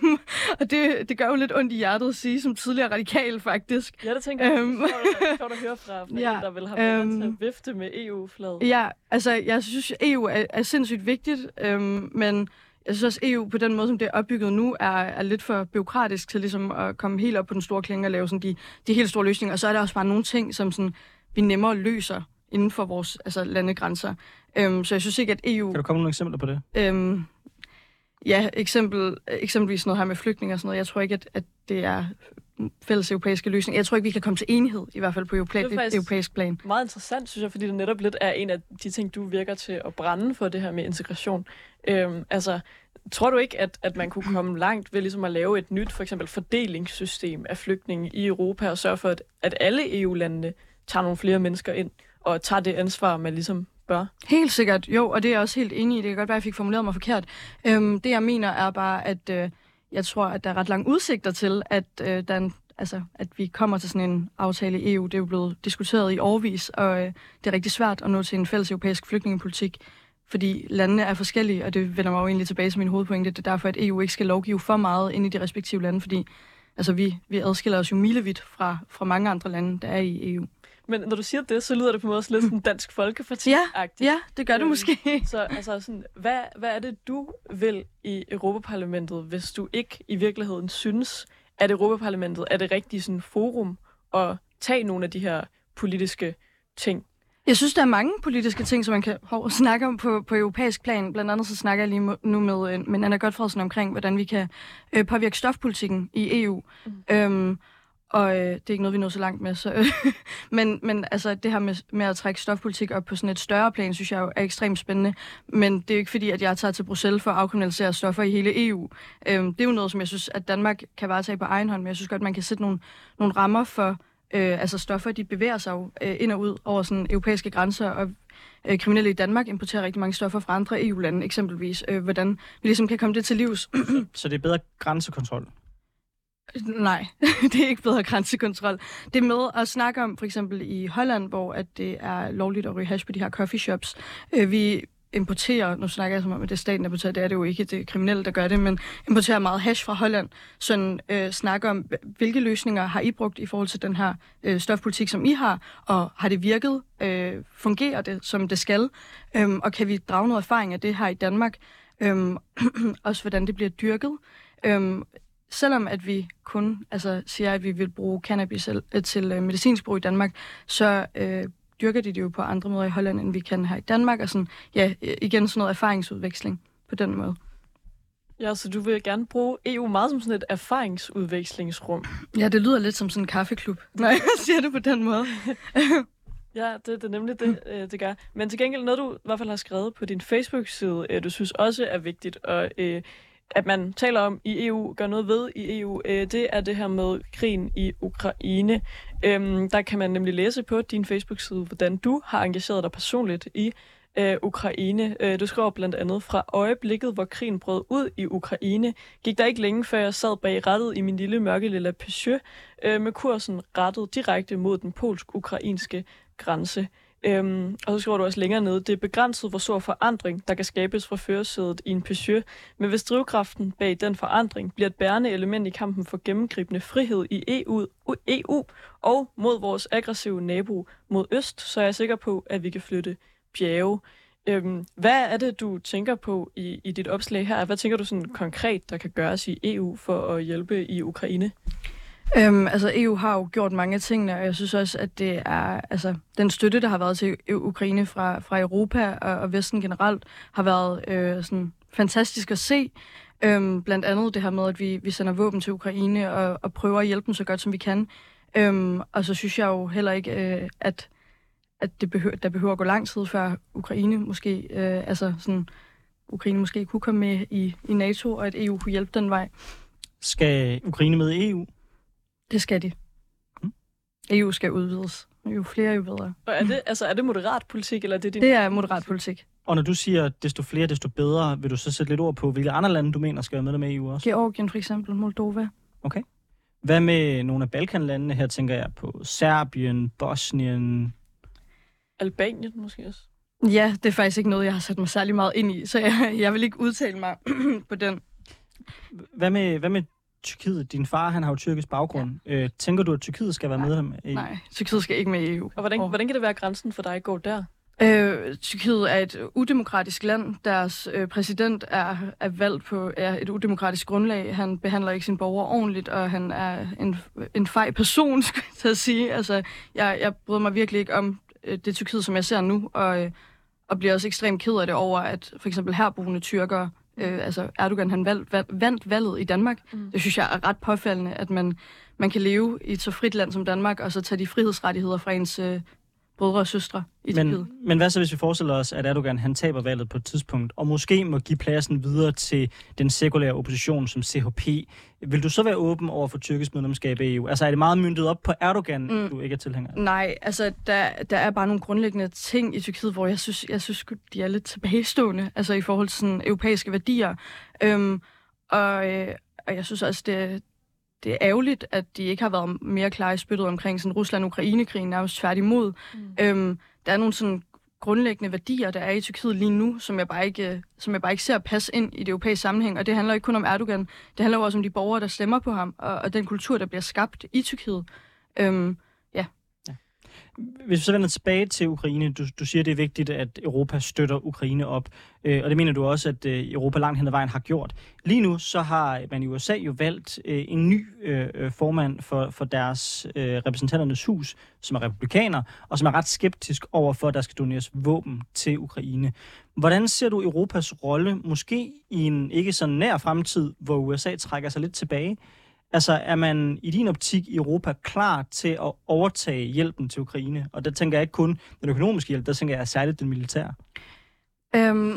Og det, det gør jo lidt ondt i hjertet at sige, som tidligere radikal faktisk. Ja, det tænker jeg. Øhm. Det er at høre fra, fra ja, en, der vil have været øhm. til at vifte med E U-flaget. Ja, altså jeg synes, E U er, er sindssygt vigtigt, øhm, men jeg synes også, E U på den måde, som det er opbygget nu, er, er lidt for bureaukratisk til ligesom at komme helt op på den store klinge og lave sådan de, de helt store løsninger. Og så er der også bare nogle ting, som sådan, vi nemmere løser inden for vores altså, landegrænser. Øhm, så jeg synes ikke, at E U... Kan du komme nogle eksempler på det? Øhm, ja, eksempel, eksempelvis noget her med flygtninge og sådan noget. Jeg tror ikke, at, at det er fælles europæiske løsninger. Jeg tror ikke, vi kan komme til enighed, i hvert fald på europæ- det europæisk plan. Meget interessant, synes jeg, fordi det netop lidt er en af de ting, du virker til at brænde for det her med integration. Øhm, altså, tror du ikke, at, at man kunne komme langt ved ligesom at lave et nyt, for eksempel fordelingssystem af flygtninge i Europa, og sørge for, at, at alle E U-landene tager nogle flere mennesker ind, og tager det ansvar, man ligesom bør? Helt sikkert, jo, og det er jeg også helt enig i. Det kan godt være, at jeg fik formuleret mig forkert. Øhm, det, jeg mener, er bare, at øh, jeg tror, at der er ret lange udsigter til, at, øh, der en, altså, at vi kommer til sådan en aftale i E U. Det er jo blevet diskuteret i årevis, og øh, det er rigtig svært at nå til en fælles europæisk flygtningepolitik, fordi landene er forskellige, og det vender mig jo egentlig tilbage til min hovedpointe. Det er derfor, at E U ikke skal lovgive for meget ind i de respektive lande, fordi altså, vi, vi adskiller os jo milevidt fra, fra mange andre lande, der er i E U. Men når du siger det, så lyder det på en måde også lidt sådan Dansk Folkeparti-agtigt. Ja, ja, det gør det måske. Så altså, sådan, hvad, hvad er det, du vil i Europaparlamentet, hvis du ikke i virkeligheden synes, at Europaparlamentet er det rigtige sådan, forum at tage nogle af de her politiske ting? Jeg synes, der er mange politiske ting, som man kan hov, snakke om på, på europæisk plan. Blandt andet så snakker jeg lige nu med, med Anna Gotfredsen omkring, hvordan vi kan øh, påvirke stofpolitikken i E U. Mm. Øhm, og øh, det er ikke noget, vi når så langt med. Så, øh, men, men altså, det her med, med at trække stofpolitik op på sådan et større plan, synes jeg jo er ekstremt spændende. Men det er jo ikke fordi, at jeg tager til Bruxelles for at afkriminalisere stoffer i hele E U. Øhm, det er jo noget, som jeg synes, at Danmark kan varetage på egen hånd, men jeg synes godt, man kan sætte nogle, nogle rammer for... Øh, altså stoffer, de bevæger sig jo øh, ind og ud over sådan europæiske grænser, og øh, kriminelle i Danmark importerer rigtig mange stoffer fra andre E U-lande, eksempelvis. Øh, hvordan vi ligesom kan komme det til livs. Så det er bedre grænsekontrol? Nej, det er ikke bedre grænsekontrol. Det er med at snakke om, for eksempel i Holland, hvor at det er lovligt at ryge hash på de her coffeeshops. Øh, vi importerer, nu snakker jeg som om, at det er staten, der importerer, det er det jo ikke, det er kriminelle, der gør det, men importerer meget hash fra Holland, sådan øh, snakker om, hvilke løsninger har I brugt i forhold til den her øh, stofpolitik, som I har, og har det virket? Øh, fungerer det, som det skal? Øhm, og kan vi drage noget erfaring af det her i Danmark? Øhm, også hvordan det bliver dyrket. Øhm, selvom at vi kun altså, siger, at vi vil bruge cannabis til øh, medicinsk brug i Danmark, så øh, dyrker de det jo på andre måder i Holland, end vi kan her i Danmark. Og sådan, ja, igen sådan noget erfaringsudveksling på den måde. Ja, så du vil gerne bruge E U meget som sådan et erfaringsudvekslingsrum. Ja, det lyder lidt som sådan en kaffeklub, når jeg siger det på den måde. Ja, det, det er nemlig det, øh, det gør. Men til gengæld noget, du i hvert fald har skrevet på din Facebook-side, øh, du synes også er vigtigt, og øh, at man taler om i E U, gør noget ved i E U, øh, det er det her med krigen i Ukraine. Øhm, der kan man nemlig læse på din Facebook-side, hvordan du har engageret dig personligt i øh, Ukraine. Øh, du skriver blandt andet, fra øjeblikket, hvor krigen brød ud i Ukraine, gik der ikke længe, før jeg sad bag rattet i min lille mørke lille Peugeot, øh, med kursen rettet direkte mod den polsk-ukrainske grænse. Øhm, og så skriver du også længere nede, det er begrænset, hvor stor forandring, der kan skabes fra førersædet i en Peugeot, men hvis drivkraften bag den forandring bliver et bærende element i kampen for gennemgribende frihed i E U, E U og mod vores aggressive nabo mod øst, så er jeg sikker på, at vi kan flytte bjerge. Øhm, hvad er det, du tænker på i, i dit opslag her? Hvad tænker du sådan konkret, der kan gøres i E U for at hjælpe i Ukraine? Øhm, altså E U har jo gjort mange af tingene, og jeg synes også, at det er altså den støtte, der har været til Ukraine fra, fra Europa og, og Vesten generelt, har været øh, sådan fantastisk at se. Øhm, blandt andet det her med, at vi, vi sender våben til Ukraine og, og prøver at hjælpe dem så godt, som vi kan. Øhm, og så synes jeg jo heller ikke, øh, at, at det behøver, der behøver at gå lang tid, før Ukraine måske, øh, altså sådan, Ukraine måske kunne komme med i, i NATO, og at E U kunne hjælpe den vej. Skal Ukraine med i E U? Det skal de. Mm. E U skal udvides. Jo flere, jo bedre. Og er det, altså, er det moderat politik, eller er det din... Det er moderat politik. Og når du siger, desto flere, desto bedre, vil du så sætte lidt ord på, hvilke andre lande, du mener, skal være medlem af E U også? Georgien for eksempel, Moldova. Okay. Hvad med nogle af Balkanlandene? Her tænker jeg på Serbien, Bosnien... Albanien måske også? Ja, det er faktisk ikke noget, jeg har sat mig særlig meget ind i, så jeg, jeg vil ikke udtale mig på den. Hvad med, hvad med Tyrkiet? Din far, han har jo tyrkisk baggrund. Ja. Øh, tænker du, at Tyrkiet skal være nej, medlem af E U? Nej, Tyrkiet skal ikke med i E U. Og hvordan, oh. hvordan kan det være, at grænsen for dig går der? Øh, Tyrkiet er et udemokratisk land. Deres øh, præsident er, er valgt på er et udemokratisk grundlag. Han behandler ikke sine borgere ordentligt, og han er en, en fej person, skal jeg til at sige. Altså, jeg, jeg bryder mig virkelig ikke om øh, det Tyrkiet, som jeg ser nu, og, øh, og bliver også ekstremt ked af det over, at for eksempel herboende tyrkere, øh, altså Erdogan, han valg, valg, vandt valget i Danmark. Mm. Det synes jeg er ret påfaldende, at man, man kan leve i et så frit land som Danmark, og så tage de frihedsrettigheder fra ens øh, brødre og søstre i Tyrkiet. Men, men hvad så, hvis vi forestiller os, at Erdogan han taber valget på et tidspunkt, og måske må give pladsen videre til den sekulære opposition som C H P? Vil du så være åben over for tyrkisk medlemskab af E U? Altså er det meget myntet op på Erdogan, mm. du ikke er tilhænger af? Nej, altså der, der er bare nogle grundlæggende ting i Tyrkiet, hvor jeg synes, jeg synes de er lidt tilbagestående, altså i forhold til sådan europæiske værdier. Øhm, og, øh, og jeg synes også, det Det er ærgerligt, at de ikke har været mere klare i spyttet omkring sådan Rusland-Ukraine-krigen, nærmest tværtimod. Mm. Øhm, der er nogle sådan grundlæggende værdier, der er i Tyrkiet lige nu, som jeg bare ikke, som jeg bare ikke ser passe ind i det europæiske sammenhæng. Og det handler ikke kun om Erdogan. Det handler også om de borgere, der stemmer på ham, og, og den kultur, der bliver skabt i Tyrkiet. Øhm, ja. ja. Hvis vi så vender tilbage til Ukraine, du, du siger, det er vigtigt, at Europa støtter Ukraine op. Øh, og det mener du også, at øh, Europa langt hen ad vejen har gjort. Lige nu så har man i U S A jo valgt øh, en ny øh, formand for, for deres øh, repræsentanternes hus, som er republikaner, og som er ret skeptisk over for, at der skal doneres våben til Ukraine. Hvordan ser du Europas rolle, måske i en ikke så nær fremtid, hvor U S A trækker sig lidt tilbage? Altså, er man i din optik i Europa klar til at overtage hjælpen til Ukraine? Og der tænker jeg ikke kun den økonomiske hjælp, der tænker jeg særligt den militære. Øhm,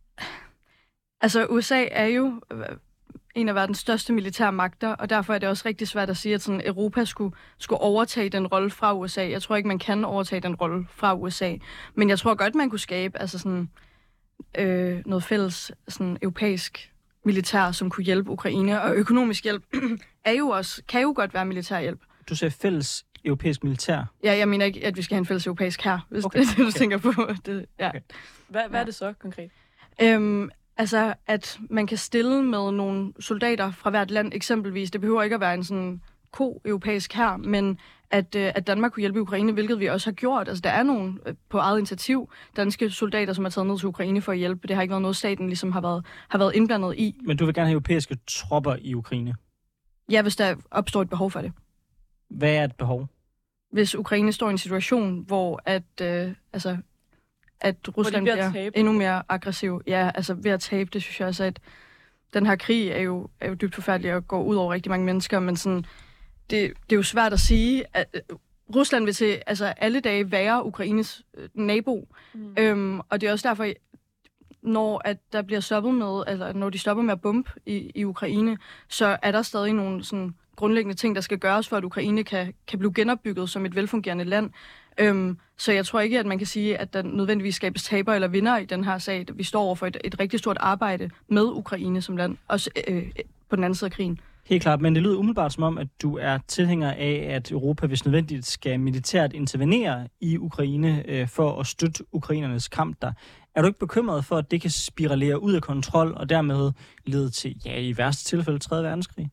altså, U S A er jo en af verdens største militære magter, og derfor er det også rigtig svært at sige, at sådan Europa skulle, skulle overtage den rolle fra U S A. Jeg tror ikke, man kan overtage den rolle fra U S A. Men jeg tror godt, man kunne skabe altså sådan, øh, noget fælles sådan europæisk militær, som kunne hjælpe Ukraine. Og økonomisk hjælp er jo også, kan jo godt være militær hjælp. Du siger fælles europæisk militær? Ja, jeg mener ikke, at vi skal have en fælles europæisk hær, hvis okay. det er det, du tænker på. Det, ja. Okay. Hvad, hvad er det så konkret? Øhm, altså, at man kan stille med nogle soldater fra hvert land eksempelvis. Det behøver ikke at være en sådan ko-europæisk her, men at, øh, at Danmark kunne hjælpe Ukraine, hvilket vi også har gjort. Altså, der er nogle øh, på eget initiativ danske soldater, som er taget ned til Ukraine for at hjælpe. Det har ikke været noget, staten ligesom har været, har været indblandet i. Men du vil gerne have europæiske tropper i Ukraine? Ja, hvis der opstår et behov for det. Hvad er et behov? Hvis Ukraine står i en situation, hvor at, øh, altså, at Rusland bliver tabe. endnu mere aggressiv. Ja, altså ved at tabe, det synes jeg også, at den her krig er jo, er jo dybt forfærdelig og går ud over rigtig mange mennesker, men sådan, det, det er jo svært at sige, at Rusland vil til altså, alle dage være Ukraines øh, nabo. Mm. Øhm, og det er også derfor, når at der bliver stoppet med, altså når de stopper med at bombe i, i Ukraine, så er der stadig nogle sådan grundlæggende ting, der skal gøres for, at Ukraine kan, kan blive genopbygget som et velfungerende land. Øhm, så jeg tror ikke, at man kan sige, at der nødvendigvis skabes taber eller vinder i den her sag. Vi står over for et, et rigtig stort arbejde med Ukraine som land, også øh, på den anden side af krigen. Helt klart, men det lyder umiddelbart som om, at du er tilhænger af, at Europa, hvis nødvendigt, skal militært intervenere i Ukraine øh, for at støtte ukrainernes kamp der. Er du ikke bekymret for, at det kan spiralere ud af kontrol og dermed lede til, ja, i værste tilfælde, tredje verdenskrig?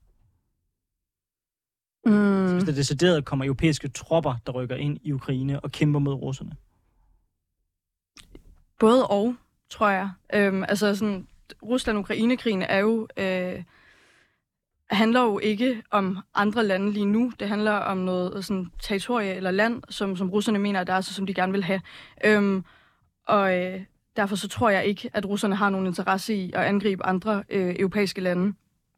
Mm. Hvis der decideret kommer europæiske tropper, der rykker ind i Ukraine og kæmper mod russerne? Både og, tror jeg. Øhm, altså sådan, Rusland-Ukraine-krigen er jo... Øh, handler jo ikke om andre lande lige nu. Det handler om noget sådan, territorie eller land, som, som russerne mener, at der er, så som de gerne vil have. Øhm, og øh, derfor så tror jeg ikke, at russerne har nogen interesse i at angribe andre øh, europæiske lande.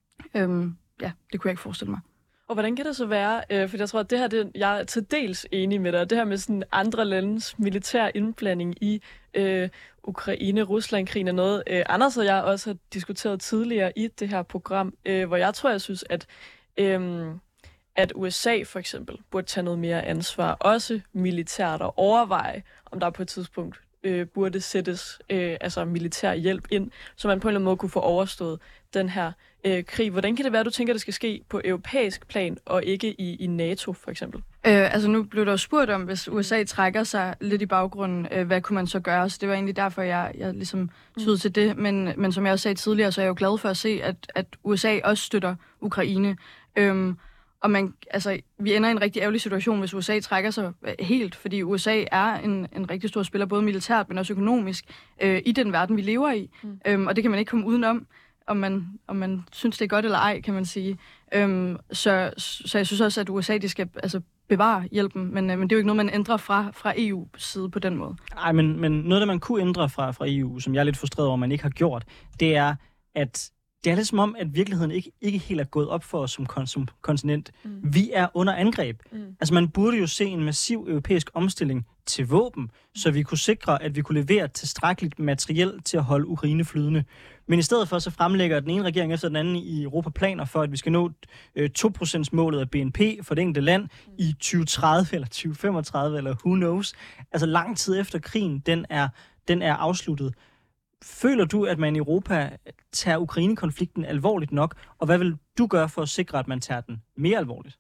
Øhm, ja, det kunne jeg ikke forestille mig. Og hvordan kan det så være, øh, for jeg tror, at det her, det, jeg er til dels enig med dig, det her med sådan andre landes militær indblanding i øh, Ukraine-Rusland-krigen er noget, øh, Anders og jeg også har diskuteret tidligere i det her program, øh, hvor jeg tror, jeg synes, at, øh, at U S A for eksempel burde tage noget mere ansvar, også militært, og overveje, om der på et tidspunkt øh, burde sættes øh, altså militær hjælp ind, så man på en eller anden måde kunne få overstået den her øh, krig. Hvordan kan det være, du tænker, det skal ske på europæisk plan, og ikke i, i NATO for eksempel? Øh, altså nu blev der jo spurgt om, hvis U S A trækker sig lidt i baggrunden, øh, hvad kunne man så gøre? Så det var egentlig derfor, jeg, jeg ligesom tydede mm. til det. Men, men som jeg også sagde tidligere, så er jeg jo glad for at se, at, at U S A også støtter Ukraine. Øhm, og man, altså, vi ender i en rigtig ærgerlig situation, hvis U S A trækker sig helt, fordi U S A er en, en rigtig stor spiller, både militært, men også økonomisk, øh, i den verden, vi lever i. Mm. Øhm, og det kan man ikke komme udenom, om man, om man synes, det er godt eller ej, kan man sige. Øhm, så, så jeg synes også, at U S A de skal altså, bevare hjælpen, men, øh, men det er jo ikke noget, man ændrer fra, fra E U-side på den måde. Nej, men, men noget, der man kunne ændre fra, fra E U, som jeg er lidt frustreret over, man ikke har gjort, det er, at det er lidt som om, at virkeligheden ikke, ikke helt er gået op for os som, kon- som kontinent. Mm. Vi er under angreb. Mm. Altså man burde jo se en massiv europæisk omstilling til våben, så vi kunne sikre, at vi kunne levere tilstrækkeligt materiel til at holde Ukraine flydende. Men i stedet for, så fremlægger den ene regering efter den anden i Europa planer for, at vi skal nå øh, to procent målet af B N P for det enkelte land mm. i tyve tredive eller tyve femogtredive eller who knows. Altså lang tid efter krigen, den er, den er afsluttet. Føler du, at man i Europa tager Ukraine-konflikten alvorligt nok, og hvad vil du gøre for at sikre, at man tager den mere alvorligt?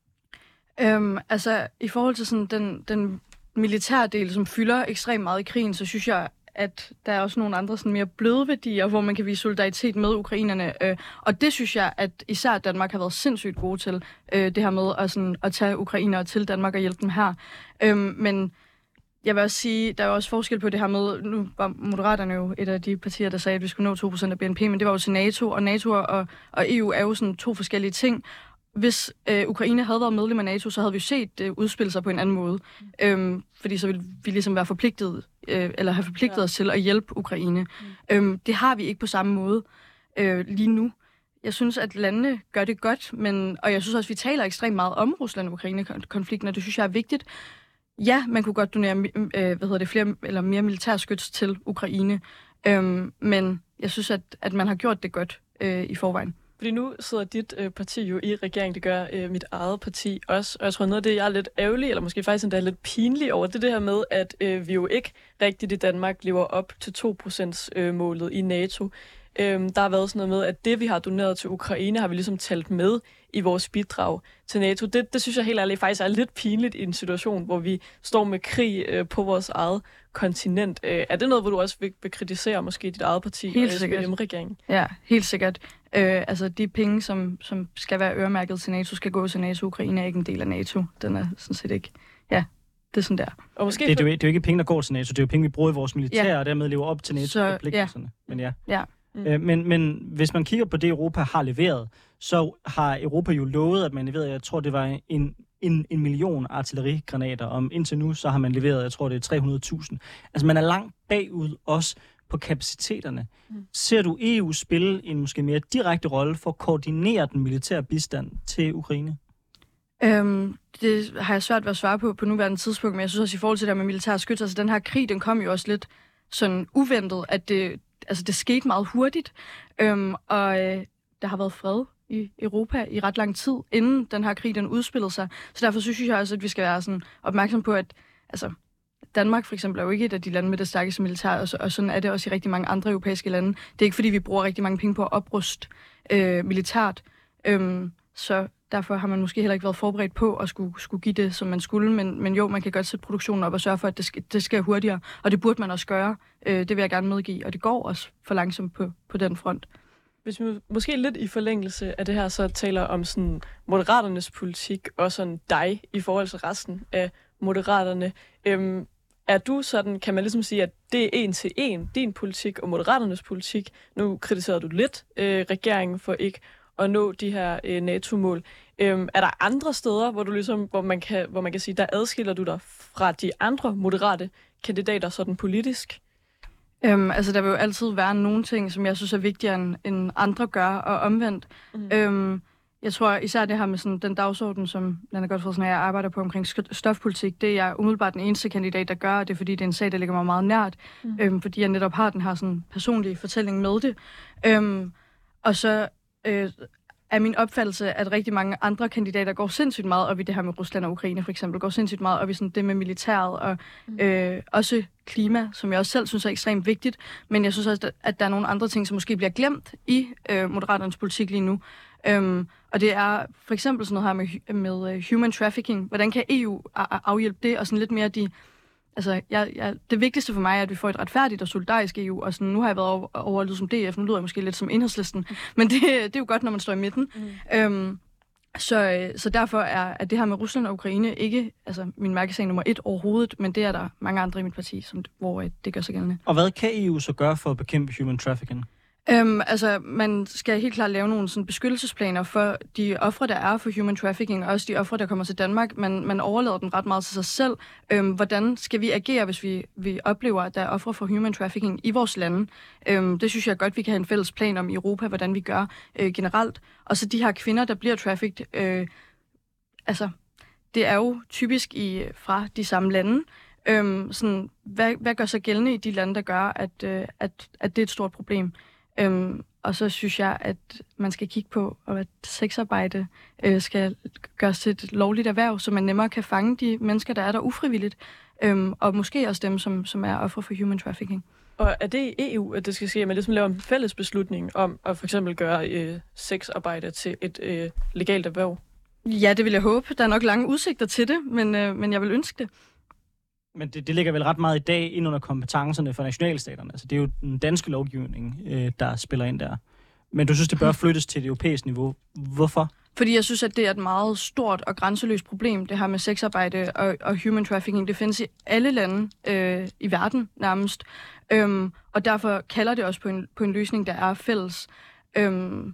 Øhm, altså, i forhold til sådan den, den militære del, som fylder ekstremt meget i krigen, så synes jeg, at der er også nogle andre sådan mere bløde værdier, hvor man kan vise solidaritet med ukrainerne. Øh, og det synes jeg, at især Danmark har været sindssygt gode til, øh, det her med at, sådan, at tage ukrainere til Danmark og hjælpe dem her. Øh, men jeg vil også sige, der er også forskel på det her med, nu var Moderaterne jo et af de partier, der sagde, at vi skulle nå to procent af B N P, men det var jo til NATO, og NATO og, og E U er jo sådan to forskellige ting. Hvis øh, Ukraine havde været medlem af NATO, så havde vi jo set det udspille sig på en anden måde. Mm. Øhm, fordi så ville vi ligesom være forpligtet, øh, eller have forpligtet ja. os til at hjælpe Ukraine. Mm. Øhm, det har vi ikke på samme måde øh, lige nu. Jeg synes, at landene gør det godt, men, og jeg synes også, at vi taler ekstremt meget om Rusland-Ukraine-konflikten, og det synes jeg er vigtigt. Ja, man kunne godt donere øh, hvad hedder det, flere eller mere militærskyts til Ukraine, øhm, men jeg synes, at, at man har gjort det godt øh, i forvejen. Fordi nu sidder dit øh, parti jo i regering, det gør øh, mit eget parti også, og jeg tror noget af det, jeg er lidt ærgerlig, eller måske faktisk endda lidt pinlig over, det er det her med, at øh, vi jo ikke rigtigt i Danmark lever op til to procent øh, målet i NATO. Øhm, der har været sådan noget med, at det, vi har doneret til Ukraine, har vi ligesom talt med i vores bidrag til NATO. Det, det synes jeg helt ærligt faktisk er lidt pinligt i en situation, hvor vi står med krig øh, på vores eget kontinent. Øh, er det noget, hvor du også vil, vil kritisere måske dit eget parti helt og S V M-regeringen? Ja, helt sikkert. Øh, altså de penge, som, som skal være øremærket til NATO, skal gå til NATO. Ukraine er ikke en del af NATO. Den er sådan set ikke... Ja, det er sådan der. Og måske det, det, er jo, det er jo ikke penge, der går til NATO. Det er jo penge, vi bruger i vores militær, ja. og dermed lever op til NATO-forpligtelserne. Ja. Men ja. ja. Mm. Øh, men, men hvis man kigger på det, Europa har leveret, så har Europa jo lovet, at man leverede, jeg tror, det var en, en, en million artillerigranater. Om indtil nu, så har man leveret, jeg tror, det er tre hundrede tusind. Altså, man er langt bagud også på kapaciteterne. Mm. Ser du E U spille en måske mere direkte rolle for at koordinere den militære bistand til Ukraine? Øhm, det har jeg svært ved at svare på på nuværende tidspunkt, men jeg synes også i forhold til det der med militære skyts, altså den her krig, den kom jo også lidt sådan uventet, at det, altså det skete meget hurtigt, øhm, og øh, der har været fred i Europa i ret lang tid, inden den her krig, den udspillede sig. Så derfor synes jeg også, at vi skal være sådan opmærksom på, at altså, Danmark for eksempel er jo ikke et af de lande med det stærkeste militær, og, så, og sådan er det også i rigtig mange andre europæiske lande. Det er ikke fordi, vi bruger rigtig mange penge på at opruste øh, militært, øhm, så derfor har man måske heller ikke været forberedt på at skulle, skulle give det, som man skulle, men, men jo, man kan godt sætte produktionen op og sørge for, at det skal, det skal hurtigere, og det burde man også gøre. Øh, det vil jeg gerne medgive, og det går også for langsomt på, på den front. Hvis vi måske lidt i forlængelse af det her, så taler om sådan moderaternes politik og sådan dig i forhold til resten af moderaterne. Øhm, er du sådan, kan man ligesom sige, at det er en til en, din politik og moderaternes politik? Nu kritiserer du lidt øh, regeringen for ikke at nå de her øh, NATO-mål. Øhm, er der andre steder, hvor du ligesom, hvor man kan, hvor man kan sige, der adskiller du dig fra de andre moderate kandidater sådan politisk? Øhm, altså, der vil jo altid være nogle ting, som jeg synes er vigtigere end, end andre gør, og omvendt. Mm. Øhm, jeg tror især det her med sådan, den dagsorden, som Nanna Gotfredsen og jeg arbejder på omkring stofpolitik, det er jeg umiddelbart den eneste kandidat, der gør, og det er fordi, det er en sag, der ligger mig meget nært, mm. øhm, fordi jeg netop har den her sådan, personlige fortælling med det. Øhm, og så øh, er min opfattelse, at rigtig mange andre kandidater går sindssygt meget op i det her med Rusland og Ukraine, for eksempel, går sindssygt meget op i sådan det med militæret, og øh, også klima, som jeg også selv synes er ekstremt vigtigt, men jeg synes også, at der er nogle andre ting, som måske bliver glemt i øh, Moderaternes politik lige nu. Øhm, og det er for eksempel sådan noget her med, med human trafficking. Hvordan kan E U afhjælpe det, og sådan lidt mere de... Altså, jeg, jeg, det vigtigste for mig er, at vi får et retfærdigt og solidarisk E U, og sådan, nu har jeg været over, over som D F, nu lyder jeg måske lidt som Enhedslisten, mm. men det, det er jo godt, når man står i midten. Mm. Øhm, så, så derfor er, er det her med Rusland og Ukraine ikke altså, min mærkesag nummer et overhovedet, men det er der mange andre i mit parti, som, hvor det gør sig gældende. Og hvad kan E U så gøre for at bekæmpe human trafficking? Øhm, altså, man skal helt klart lave nogle sådan, beskyttelsesplaner for de ofre, der er for human trafficking, og også de ofre, der kommer til Danmark. Man, man overlader dem ret meget til sig selv. Øhm, hvordan skal vi agere, hvis vi, vi oplever, at der er ofre for human trafficking i vores lande? Øhm, det synes jeg godt, vi kan have en fælles plan om i Europa, hvordan vi gør øh, generelt. Og så de her kvinder, der bliver trafficked, øh, altså, det er jo typisk i, fra de samme lande. Øhm, sådan, hvad, hvad gør sig gældende i de lande, der gør, at, øh, at, at det er et stort problem? Øhm, og så synes jeg, at man skal kigge på, at sexarbejde øh, skal gøres til et lovligt erhverv, så man nemmere kan fange de mennesker, der er der ufrivilligt, øhm, og måske også dem, som, som er ofre for human trafficking. Og er det i E U, at det skal ske, at man ligesom laver en fælles beslutning om at for eksempel gøre øh, sexarbejde til et øh, legalt erhverv? Ja, det vil jeg håbe. Der er nok lange udsigter til det, men, øh, men jeg vil ønske det. Men det, det ligger vel ret meget i dag ind under kompetencerne for nationalstaterne. Altså, det er jo den danske lovgivning, øh, der spiller ind der. Men du synes, det bør flyttes til det europæiske niveau. Hvorfor? Fordi jeg synes, at det er et meget stort og grænseløst problem, det her med sexarbejde og, og human trafficking. Det findes i alle lande øh, i verden nærmest. Øhm, og derfor kalder det også på en, på en løsning, der er fælles. Øhm,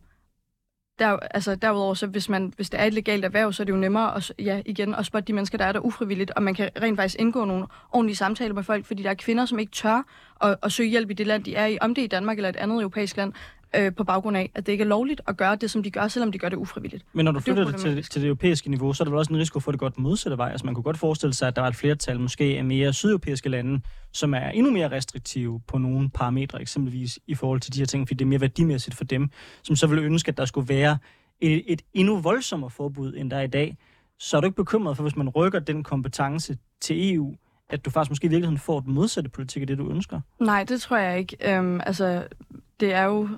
Der, altså derudover, så hvis, man, hvis det er et legalt erhverv, så er det jo nemmere at, ja, igen, at spotte de mennesker, der er der ufrivilligt, og man kan rent faktisk indgå nogle ordentlige samtaler med folk, fordi der er kvinder, som ikke tør at, at søge hjælp i det land, de er i, om det er i Danmark eller et andet europæisk land, øh, på baggrund af, at det ikke er lovligt at gøre det, som de gør, selvom de gør det ufrivilligt. Men når du flytter det, det til, til det europæiske niveau, så er der vel også en risiko for, at det går den modsatte vej. Altså man kunne godt forestille sig, at der var et flertal måske af mere sydeuropæiske lande, som er endnu mere restriktive på nogle parametre, eksempelvis i forhold til de her ting, fordi det er mere værdimæssigt for dem, som så vil ønske, at der skulle være et, et endnu voldsommere forbud, end der er i dag. Så er du ikke bekymret for, hvis man rykker den kompetence til E U, at du faktisk måske i virkeligheden får den modsatte politik af det, du ønsker? Nej, det tror jeg ikke. Øhm, altså, det er jo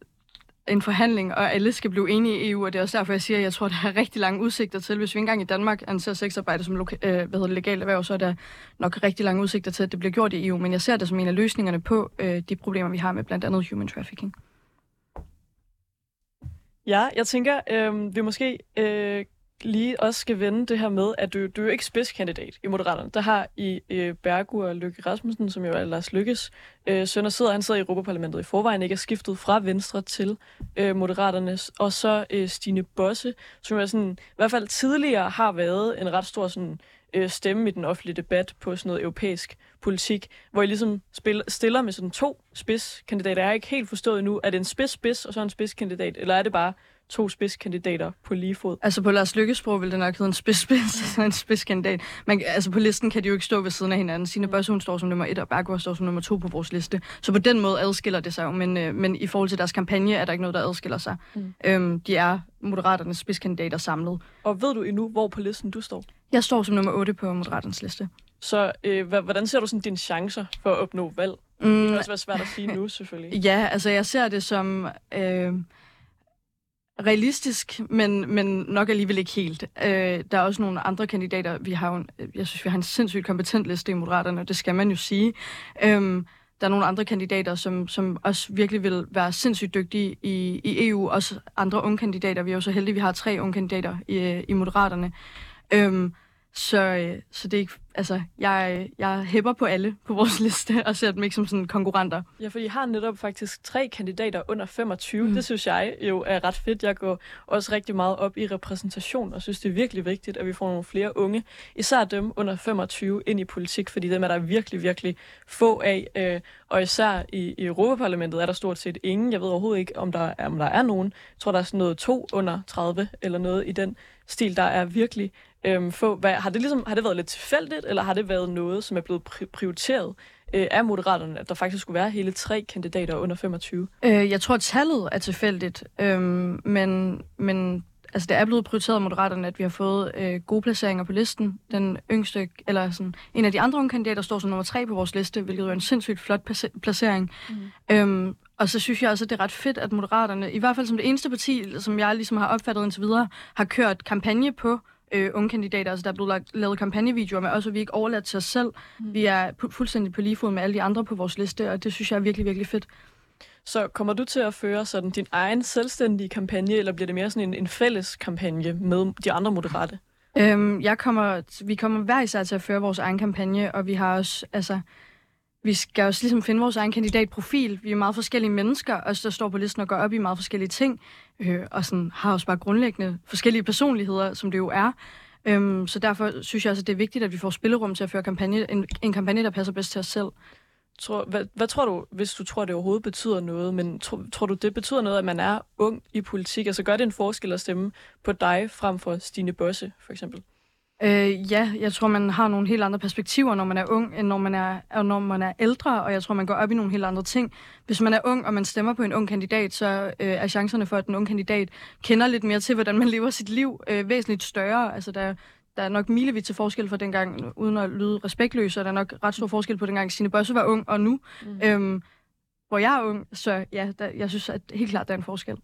en forhandling, og alle skal blive enige i E U, og det er også derfor, jeg siger, at jeg tror, der er rigtig lange udsigter til. Hvis vi engang i Danmark anser sexarbejde som loka- øh, hvad hedder det, legalt erhverv, så er der nok rigtig lange udsigter til, at det bliver gjort i E U, men jeg ser det som en af løsningerne på øh, de problemer, vi har med blandt andet human trafficking. Ja, jeg tænker, øh, vi måske øh, lige også skal vende det her med, at du, du er jo ikke spidskandidat i Moderaterne. Der har I øh, Bergur Løkke Rasmussen, som jo er Lars Løkkes øh, søn, og sidder, han sidder i Europaparlamentet i forvejen, ikke er skiftet fra Venstre til øh, Moderaterne. Og så øh, Stine Bosse, som jo sådan, i hvert fald tidligere har været en ret stor sådan, øh, stemme i den offentlige debat på sådan noget europæisk politik, hvor I ligesom spiller, stiller med sådan to spidskandidater. Jeg har ikke helt forstået endnu, er det en spids-spids og så en spidskandidat, eller er det bare to spidskandidater på lige fod? Altså på Lars Løkkes sprog vil det nok hedde en spids-spids og en spidskandidat. Men altså på listen kan de jo ikke stå ved siden af hinanden. Stine Bosse, hun står som nummer et, og Bergur står som nummer to på vores liste. Så på den måde adskiller det sig jo, men, øh, men i forhold til deres kampagne er der ikke noget, der adskiller sig. Mm. Øhm, de er Moderaternes spidskandidater samlet. Og ved du endnu, hvor på listen du står? Jeg står som nummer otte på Moderaternes liste. Så øh, hvordan ser du sådan dine chancer for at opnå valg? Mm. Det kan også være svært at sige nu, selvfølgelig. Ja, altså jeg ser det som øh, realistisk, men, men nok alligevel ikke helt. Øh, der er også nogle andre kandidater. Vi har jo en, jeg synes, vi har en sindssygt kompetent liste i Moderaterne, og det skal man jo sige. Øh, der er nogle andre kandidater, som, som også virkelig vil være sindssygt dygtige i, i E U. Også andre unge kandidater. Vi er jo så heldige, vi har tre unge kandidater i, i Moderaterne. Øh, Så, så det er ikke, altså, jeg, jeg hæpper på alle på vores liste og ser dem ikke som sådan konkurrenter. Ja, for I har netop faktisk tre kandidater under femogtyve. Mm. Det synes jeg jo er ret fedt. Jeg går også rigtig meget op i repræsentation og synes, det er virkelig vigtigt, at vi får nogle flere unge, især dem under femogtyve, ind i politik, fordi dem er der virkelig, virkelig få af. Og især i, i Europaparlamentet er der stort set ingen. Jeg ved overhovedet ikke, om der er, om der er nogen. Jeg tror, der er sådan noget to under tredive eller noget i den stil, der er virkelig Øhm, få, hvad, har, det ligesom, har det været lidt tilfældigt, eller har det været noget, som er blevet pri- prioriteret øh, af Moderaterne, at der faktisk skulle være hele tre kandidater under femogtyve? Øh, jeg tror, at tallet er tilfældigt, øhm, men, men altså, det er blevet prioriteret af Moderaterne, at vi har fået øh, gode placeringer på listen. Den yngste, eller sådan, en af de andre unge kandidater står som nummer tre på vores liste, hvilket er en sindssygt flot placering. Mm. Øhm, og så synes jeg også, at det er ret fedt, at Moderaterne, i hvert fald som det eneste parti, som jeg ligesom har opfattet indtil videre, har kørt kampagne på Øh, unge kandidater. Altså, der er blevet lagt, lavet kampagnevideoer med os, og vi er ikke overladt til os selv. Mm. Vi er pu- fuldstændig på lige fod med alle de andre på vores liste, og det synes jeg er virkelig, virkelig fedt. Så kommer du til at føre sådan din egen selvstændige kampagne, eller bliver det mere sådan en, en fælles kampagne med de andre moderate? Øhm, jeg kommer, vi kommer hver især til at føre vores egen kampagne, og vi har også, altså, vi skal også ligesom finde vores egen kandidatprofil. Vi er meget forskellige mennesker, og der står på listen og går op i meget forskellige ting, øh, og sådan har også bare grundlæggende forskellige personligheder, som det jo er. Øhm, så derfor synes jeg også, at det er vigtigt, at vi får spillerum til at føre kampagne, en, en kampagne, der passer bedst til os selv. Tror, hvad, hvad tror du, hvis du tror, det overhovedet betyder noget, men tro, tror du, det betyder noget, at man er ung i politik? Altså gør det en forskel at stemme på dig frem for Stine Bosse, for eksempel? Øh, ja, jeg tror, man har nogle helt andre perspektiver, når man er ung, end når man er, når man er ældre, og jeg tror, man går op i nogle helt andre ting. Hvis man er ung, og man stemmer på en ung kandidat, så øh, er chancerne for, at den unge kandidat kender lidt mere til, hvordan man lever sit liv, øh, væsentligt større. Altså, der, der er nok milevidt til forskel for dengang, uden at lyde respektløs, og der er nok ret stor forskel på dengang Stine Bosse var ung, og nu, mm. øhm, hvor jeg er ung. Så ja, der, jeg synes at helt klart, der er en forskel.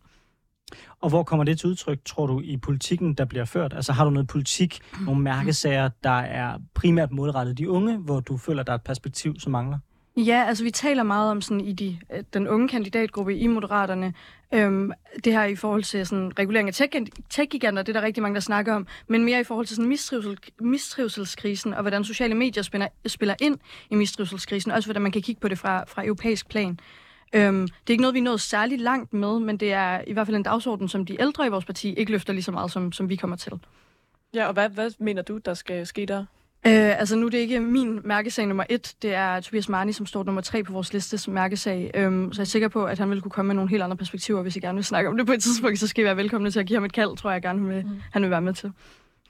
Og hvor kommer det til udtryk, tror du, i politikken, der bliver ført? Altså har du noget politik, nogle mærkesager, der er primært målrettet de unge, hvor du føler, der er et perspektiv, som mangler? Ja, altså vi taler meget om sådan i de, den unge kandidatgruppe i Moderaterne, øhm, det her i forhold til sådan regulering af tech-giganter, det er der rigtig mange, der snakker om, men mere i forhold til sådan mistrivsel, mistrivselskrisen, og hvordan sociale medier spiller, spiller ind i mistrivselskrisen, også hvordan man kan kigge på det fra, fra europæisk plan. Øhm, det er ikke noget, vi er nået særligt langt med, men det er i hvert fald en dagsorden, som de ældre i vores parti ikke løfter lige så meget, som, som vi kommer til. Ja, og hvad, hvad mener du, der skal ske der? Øh, altså nu er det ikke min mærkesag nummer et, det er Tobias Marni, som står nummer tre på vores listes mærkesag. Øhm, så jeg er sikker på, at han vil kunne komme med nogle helt andre perspektiver, hvis I gerne vil snakke om det på et tidspunkt, så skal I være velkomne til at give ham et kald, tror jeg gerne, vil, mm. han vil være med til.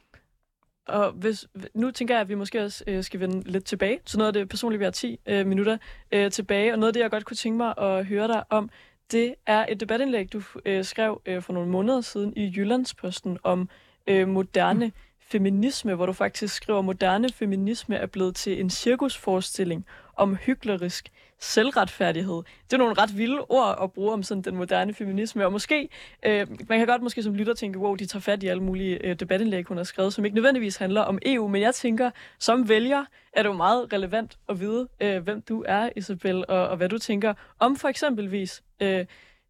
Og hvis, nu tænker jeg, at vi måske også øh, skal vende lidt tilbage. Så noget af det personligt, vi har ti øh, minutter øh, tilbage, og noget af det, jeg godt kunne tænke mig at høre dig om, det er et debatindlæg, du øh, skrev øh, for nogle måneder siden i Jyllandsposten om øh, moderne mm. feminisme, hvor du faktisk skriver, at moderne feminisme er blevet til en cirkusforestilling om hyklerisk selvretfærdighed. Det er nogle ret vilde ord at bruge om sådan den moderne feminisme, og måske, øh, man kan godt måske som lytter tænke, wow, de tager fat i alle mulige øh, debatindlæg, hun har skrevet, som ikke nødvendigvis handler om E U, men jeg tænker, som vælger, er det jo meget relevant at vide, øh, hvem du er, Isabel, og, og hvad du tænker om for eksempelvis øh,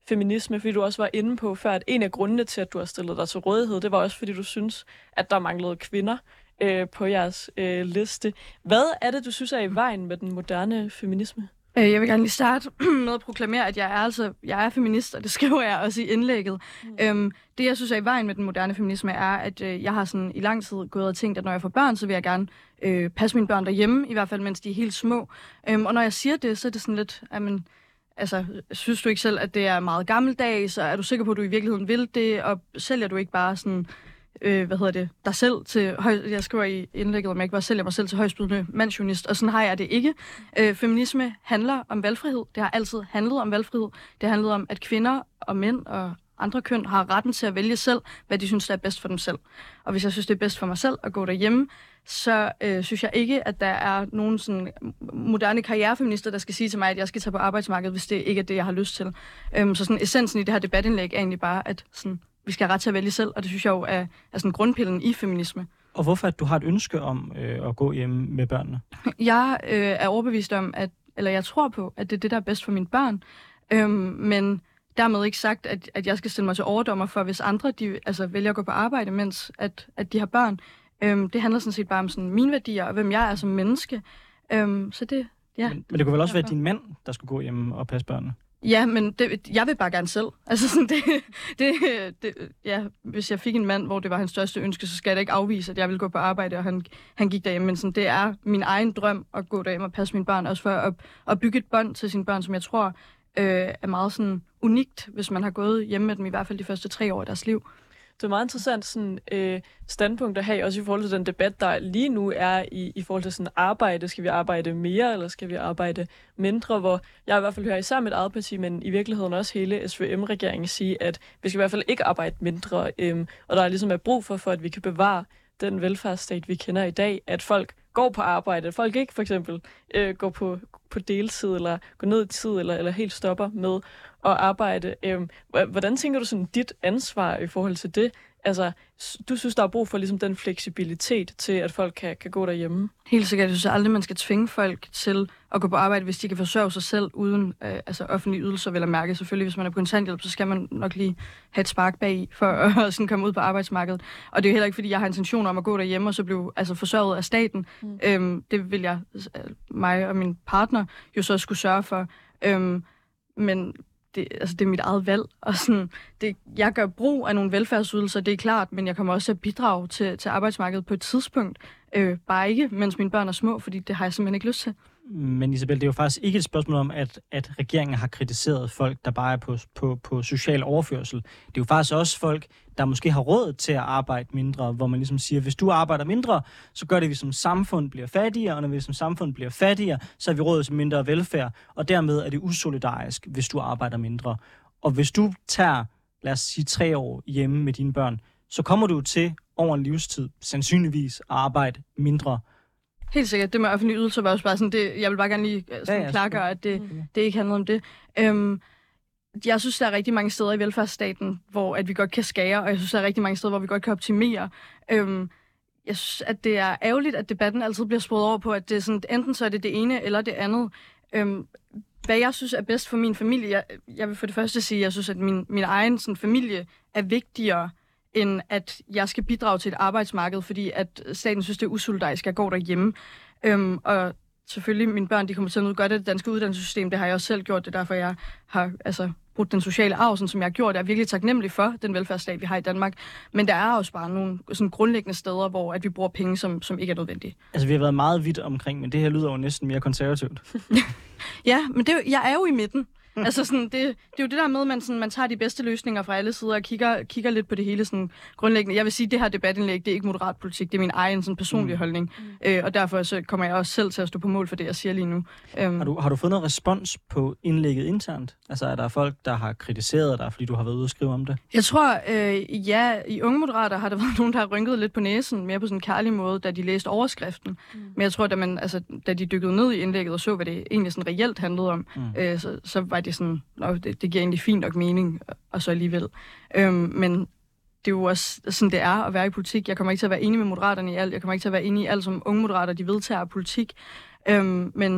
feminisme, fordi du også var inde på før, at en af grundene til, at du har stillet dig til rådighed, det var også, fordi du synes, at der manglede kvinder øh, på jeres øh, liste. Hvad er det, du synes er i vejen med den moderne feminisme? Jeg vil gerne lige starte med at proklamere, at jeg er altså jeg er feminist, og det skriver jeg også i indlægget. Mm. Øhm, det, jeg synes er i vejen med den moderne feminisme, er, at øh, jeg har sådan i lang tid gået og tænkt, at når jeg får børn, så vil jeg gerne øh, passe mine børn derhjemme, i hvert fald mens de er helt små. Øhm, og når jeg siger det, så er det sådan lidt, jamen, altså, synes du ikke selv, at det er meget gammeldags, og er du sikker på, at du i virkeligheden vil det, og sælger du ikke bare sådan... Øh, hvad hedder det, dig selv til høj... Jeg skriver i indlægget, om jeg ikke bare sælger mig selv til højstbydende mandsjournalist, og sådan har jeg det ikke. Øh, feminisme handler om valgfrihed. Det har altid handlet om valgfrihed. Det har handlet om, at kvinder og mænd og andre køn har retten til at vælge selv, hvad de synes, der er bedst for dem selv. Og hvis jeg synes, det er bedst for mig selv at gå derhjemme, så øh, synes jeg ikke, at der er nogen sådan moderne karrierefeminister, der skal sige til mig, at jeg skal tage på arbejdsmarkedet, hvis det ikke er det, jeg har lyst til. Øhm, så sådan essensen i det her debatindlæg er egentlig bare, at sådan, vi skal have ret til at vælge selv, og det synes jeg jo er, er sådan grundpillen i feminisme. Og hvorfor at du har et ønske om øh, at gå hjem med børnene? Jeg øh, er overbevist om, at, eller jeg tror på, at det er det, der er bedst for mine børn. Øhm, men dermed ikke sagt, at, at jeg skal stille mig til overdommer for, hvis andre de, altså, vælger at gå på arbejde, mens at, at de har børn. Øhm, det handler sådan set bare om sådan, mine værdier, og hvem jeg er som menneske. Øhm, så det, ja. Men, men det kunne vel også være din mand, der skulle gå hjem og passe børnene? Ja, men det, jeg vil bare gerne selv. Altså sådan, det, det, det, ja, hvis jeg fik en mand, hvor det var hans største ønske, så skal jeg da ikke afvise, at jeg vil gå på arbejde, og han, han gik derhjemme. Men sådan, det er min egen drøm at gå derhjemme og passe mine børn, også for at, at bygge et bånd til sine børn, som jeg tror øh, er meget sådan unikt, hvis man har gået hjemme med dem, i hvert fald de første tre år af deres liv. Det er meget interessant sådan, øh, standpunkt at have, også i forhold til den debat, der lige nu er i, i forhold til sådan arbejde. Skal vi arbejde mere, eller skal vi arbejde mindre? Hvor jeg i hvert fald hører især mit eget parti, men i virkeligheden også hele S V M-regeringen sige, at vi skal i hvert fald ikke arbejde mindre. Øh, og der er ligesom er brug for, for at vi kan bevare den velfærdsstat, vi kender i dag, at folk går på arbejde, at folk ikke for eksempel øh, går på, på deltid, eller går ned i tid, eller, eller helt stopper med at arbejde. Øhm, hvordan tænker du sådan dit ansvar i forhold til det? Altså, du synes, der er brug for ligesom den fleksibilitet til, at folk kan, kan gå derhjemme? Helt sikkert. Jeg synes aldrig, man skal tvinge folk til at gå på arbejde, hvis de kan forsørge sig selv uden øh, altså offentlige ydelser, vel at mærke. Selvfølgelig, hvis man er på kontanthjælp, så skal man nok lige have et spark bag for at sådan komme ud på arbejdsmarkedet. Og det er jo heller ikke, fordi jeg har intentioner om at gå derhjemme og så blive altså, forsørget af staten. Mm. Øhm, det vil jeg, mig og min partner, jo så skulle sørge for. Øhm, men Det, altså det er mit eget valg, og sådan, det, jeg gør brug af nogle velfærdsydelser, det er klart, men jeg kommer også til at bidrage til, til arbejdsmarkedet på et tidspunkt. Øh, bare ikke, mens mine børn er små, fordi det har jeg simpelthen ikke lyst til. Men Isabel, det er jo faktisk ikke et spørgsmål om, at, at regeringen har kritiseret folk, der bare er på, på, på social overførsel. Det er jo faktisk også folk, der måske har råd til at arbejde mindre, hvor man ligesom siger, hvis du arbejder mindre, så gør det, at vi som samfund bliver fattigere, og når vi som samfund bliver fattigere, så har vi råd til mindre velfærd, og dermed er det usolidarisk, hvis du arbejder mindre. Og hvis du tager, lad os sige, tre år hjemme med dine børn, så kommer du til over en livstid sandsynligvis at arbejde mindre. Helt sikkert. Det med offentlige ydelser var også bare sådan, det, jeg vil bare gerne lige sådan ja, ja, klargøre, at det, mm. det ikke handler om det. Øhm, jeg synes, der er rigtig mange steder i velfærdsstaten, hvor at vi godt kan skære, og jeg synes, der er rigtig mange steder, hvor vi godt kan optimere. Øhm, jeg synes, at det er ærgerligt, at debatten altid bliver sproget over på, at det er sådan, enten så er det det ene eller det andet. Øhm, hvad jeg synes er bedst for min familie, jeg, jeg vil for det første sige, at jeg synes, at min, min egen sådan, familie er vigtigere, end at jeg skal bidrage til et arbejdsmarked, fordi at staten synes, det er usolidarisk, at jeg går derhjemme. Øhm, og selvfølgelig, mine børn, de kommer til at nyde godt af det danske uddannelsessystem. Det har jeg også selv gjort. Det er derfor, jeg har altså, brugt den sociale arv, sådan, som jeg har gjort. Jeg er virkelig taknemmelig for den velfærdsstat, vi har i Danmark. Men der er også bare nogle sådan, grundlæggende steder, hvor at vi bruger penge, som, som ikke er nødvendige. Altså, vi har været meget vidt omkring, men det her lyder jo næsten mere konservativt. Ja, men det, jeg er jo i midten. Altså sådan, det, det er jo det der med, at man, sådan, man tager de bedste løsninger fra alle sider og kigger, kigger lidt på det hele sådan, grundlæggende. Jeg vil sige, at det her debatindlæg, det er ikke moderat politik, det er min egen sådan, personlige mm. holdning. Mm. Øh, og derfor så kommer jeg også selv til at stå på mål for det, jeg siger lige nu. Um, har, du, har du fået noget respons på indlægget internt? Altså er der folk, der har kritiseret dig, fordi du har været ude og skrive om det? Jeg tror, øh, ja, i Unge Moderater har der været nogen, der har rynket lidt på næsen, mere på sådan en kærlig måde, da de læste overskriften. Mm. Men jeg tror, da, man, altså, da de dykkede ned i indlægget og så, hvad det egentlig sådan reelt handlede om, mm. øh, så, så var det sådan, det, det giver egentlig fint nok mening, og så alligevel. Øhm, men det er jo også sådan, det er at være i politik. Jeg kommer ikke til at være enig med Moderaterne i alt. Jeg kommer ikke til at være enig i alt, som Unge Moderater, de vedtager politik. Øhm, men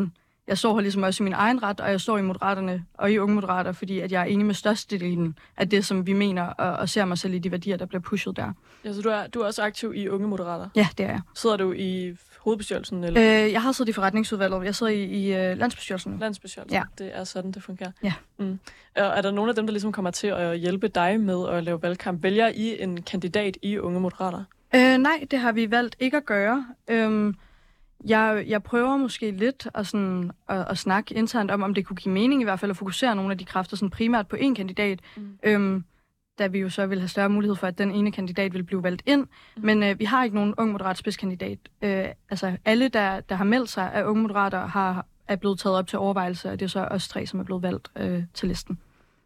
jeg står her ligesom også i min egen ret, og jeg står i Moderaterne og i Unge Moderater, fordi at jeg er enig med størstedelen af det, som vi mener, og, og ser mig selv i de værdier, der bliver pushet der. Ja, så du er, du er også aktiv i Unge Moderater? Ja, det er jeg. Sidder du i hovedbestyrelsen? Eller? Øh, jeg har siddet i forretningsudvalget. Jeg sidder i, i uh, landsbestyrelsen. Landsbestyrelsen, ja. Det er sådan, det fungerer. Ja. Mm. Er der nogen af dem, der ligesom kommer til at hjælpe dig med at lave valgkamp? Vælger I en kandidat i Unge Moderater? Øh, nej, det har vi valgt ikke at gøre. Øhm, jeg, jeg prøver måske lidt at, sådan, at, at snakke internt om, om det kunne give mening i hvert fald at fokusere nogle af de kræfter sådan primært på én kandidat. Mm. Øhm, da vi jo så vil have større mulighed for, at den ene kandidat vil blive valgt ind. Mm. Men øh, vi har ikke nogen Ung Moderat spidskandidat. Øh, altså alle, der, der har meldt sig af Unge Moderater, har, er blevet taget op til overvejelse, og det er så os tre, som er blevet valgt øh, til listen.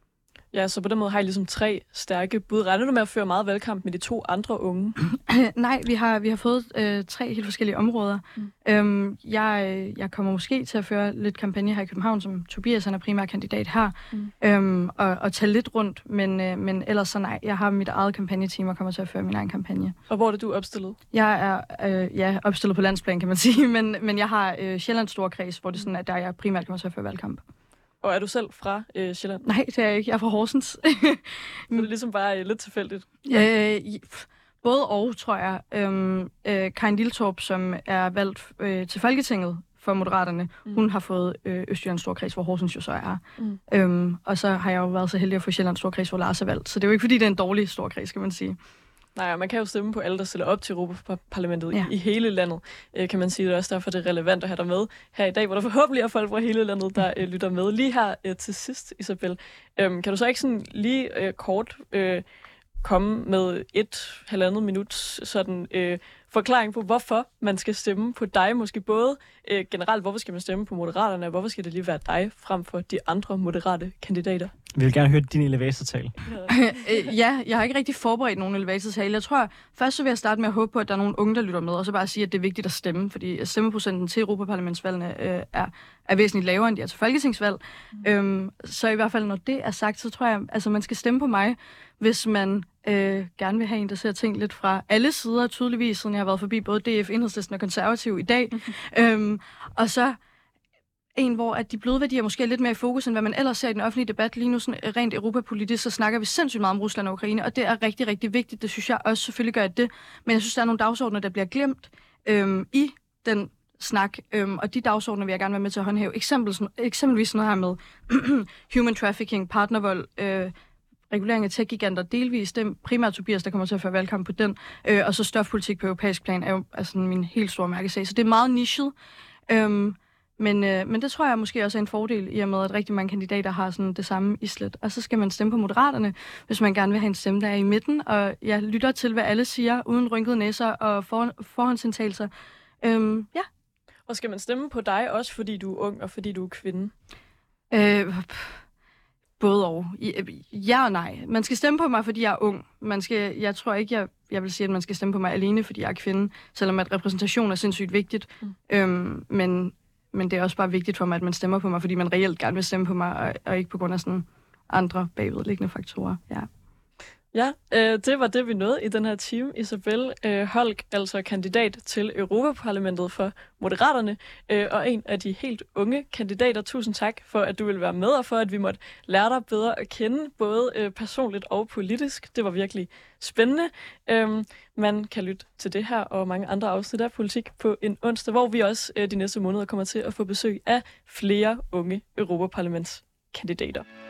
Ja, så på den måde har I ligesom tre stærke bud. Regner du med at føre meget valgkamp med de to andre unge? Nej, vi har, vi har fået øh, tre helt forskellige områder. Mm. Øhm, jeg, jeg kommer måske til at føre lidt kampagne her i København, som Tobias han er primær kandidat her, mm. øhm, og, og tage lidt rundt, men, øh, men ellers så nej. Jeg har mit eget kampagneteam og kommer til at føre min egen kampagne. Og hvor er det, du opstillet? Jeg er øh, ja, opstillet på landsplan, kan man sige, men, men jeg har øh, Sjællands Storkreds, hvor det sådan er, der jeg primært kommer til at føre valgkamp. Og er du selv fra øh, Sjælland? Nej, det er jeg ikke. Jeg er fra Horsens. Så det er ligesom bare øh, lidt tilfældigt? Øh, både og, tror jeg. Øhm, øh, Karin Lilletorp, som er valgt øh, til Folketinget for Moderaterne, mm. hun har fået øh, Østjyllands Storkreds, hvor Horsens jo så er. Mm. Øhm, og så har jeg jo været så heldig at få Sjællands Storkreds, hvor Lars er valgt. Så det er jo ikke, fordi det er en dårlig storkreds, kan man sige. Nej, man kan jo stemme på alle, der stiller op til Europaparlamentet ja. i, i hele landet, øh, kan man sige. Det er også derfor, det er relevant at have dig med her i dag, hvor der forhåbentlig er folk fra hele landet, der øh, lytter med. Lige her øh, til sidst, Isabel, øh, kan du så ikke sådan lige øh, kort øh, komme med et halvandet minut sådan øh, forklaring på, hvorfor man skal stemme på dig? Måske både øh, generelt, hvorfor skal man stemme på Moderaterne, og hvorfor skal det lige være dig frem for de andre moderate kandidater? Vi vil gerne høre din elevatortale. Ja, jeg har ikke rigtig forberedt nogen elevatortale. Jeg tror, først så vil jeg starte med at håbe på, at der er nogle unge, der lytter med, og så bare sige, at det er vigtigt at stemme, fordi stemmeprocenten til Europaparlamentsvalgene øh, er, er væsentligt lavere, end de er til folketingsvalg. Mm. Øhm, så i hvert fald, når det er sagt, så tror jeg, altså man skal stemme på mig, hvis man øh, gerne vil have en, der ser ting lidt fra alle sider, tydeligvis, siden jeg har været forbi både D F, Enhedslisten og Konservativ i dag. Mm. øhm, og så en, hvor at de blodværdier måske er lidt mere i fokus, end hvad man ellers ser i den offentlige debat. Lige nu sådan rent europapolitisk, så snakker vi sindssygt meget om Rusland og Ukraine, og det er rigtig, rigtig vigtigt. Det synes jeg også, selvfølgelig gør det. Men jeg synes, der er nogle dagsordner, der bliver glemt øhm, i den snak, øhm, og de dagsordner vil jeg gerne være med til at håndhæve. Eksempel, eksempelvis noget her med human trafficking, partnervold, øh, regulering af tech-giganter, delvis. Det er primært Tobias, der kommer til at føre valgkamp på den. Øh, og så stofpolitik på europæisk plan er jo altså min helt store mærkesag. Så det er meget nichet. Øhm, Men, øh, men det tror jeg måske også er en fordel, i og med, at rigtig mange kandidater har sådan det samme islet. Og så skal man stemme på Moderaterne, hvis man gerne vil have en stemme, der er i midten. Og jeg lytter til, hvad alle siger, uden rynkede næser og for, forhåndsindtagelser. Øhm, ja. Og skal man stemme på dig også, fordi du er ung og fordi du er kvinde? Øh, både og. Ja og nej. Man skal stemme på mig, fordi jeg er ung. Man skal, jeg tror ikke, jeg, jeg vil sige, at man skal stemme på mig alene, fordi jeg er kvinde. Selvom at repræsentation er sindssygt vigtigt. Mm. Øhm, men... Men det er også bare vigtigt for mig, at man stemmer på mig, fordi man reelt gerne vil stemme på mig, og, og ikke på grund af sådan andre bagvedliggende faktorer. Ja, ja øh, det var det, vi nåede i den her time. Isabel øh, Holk, altså kandidat til Europaparlamentet for Moderaterne, øh, og en af de helt unge kandidater. Tusind tak for, at du ville være med, og for, at vi måtte lære dig bedre at kende, både øh, personligt og politisk. Det var virkelig spændende. Øh, man kan lytte til det her og mange andre afsnit af Politik på en onsdag, hvor vi også øh, de næste måneder kommer til at få besøg af flere unge Europaparlamentskandidater.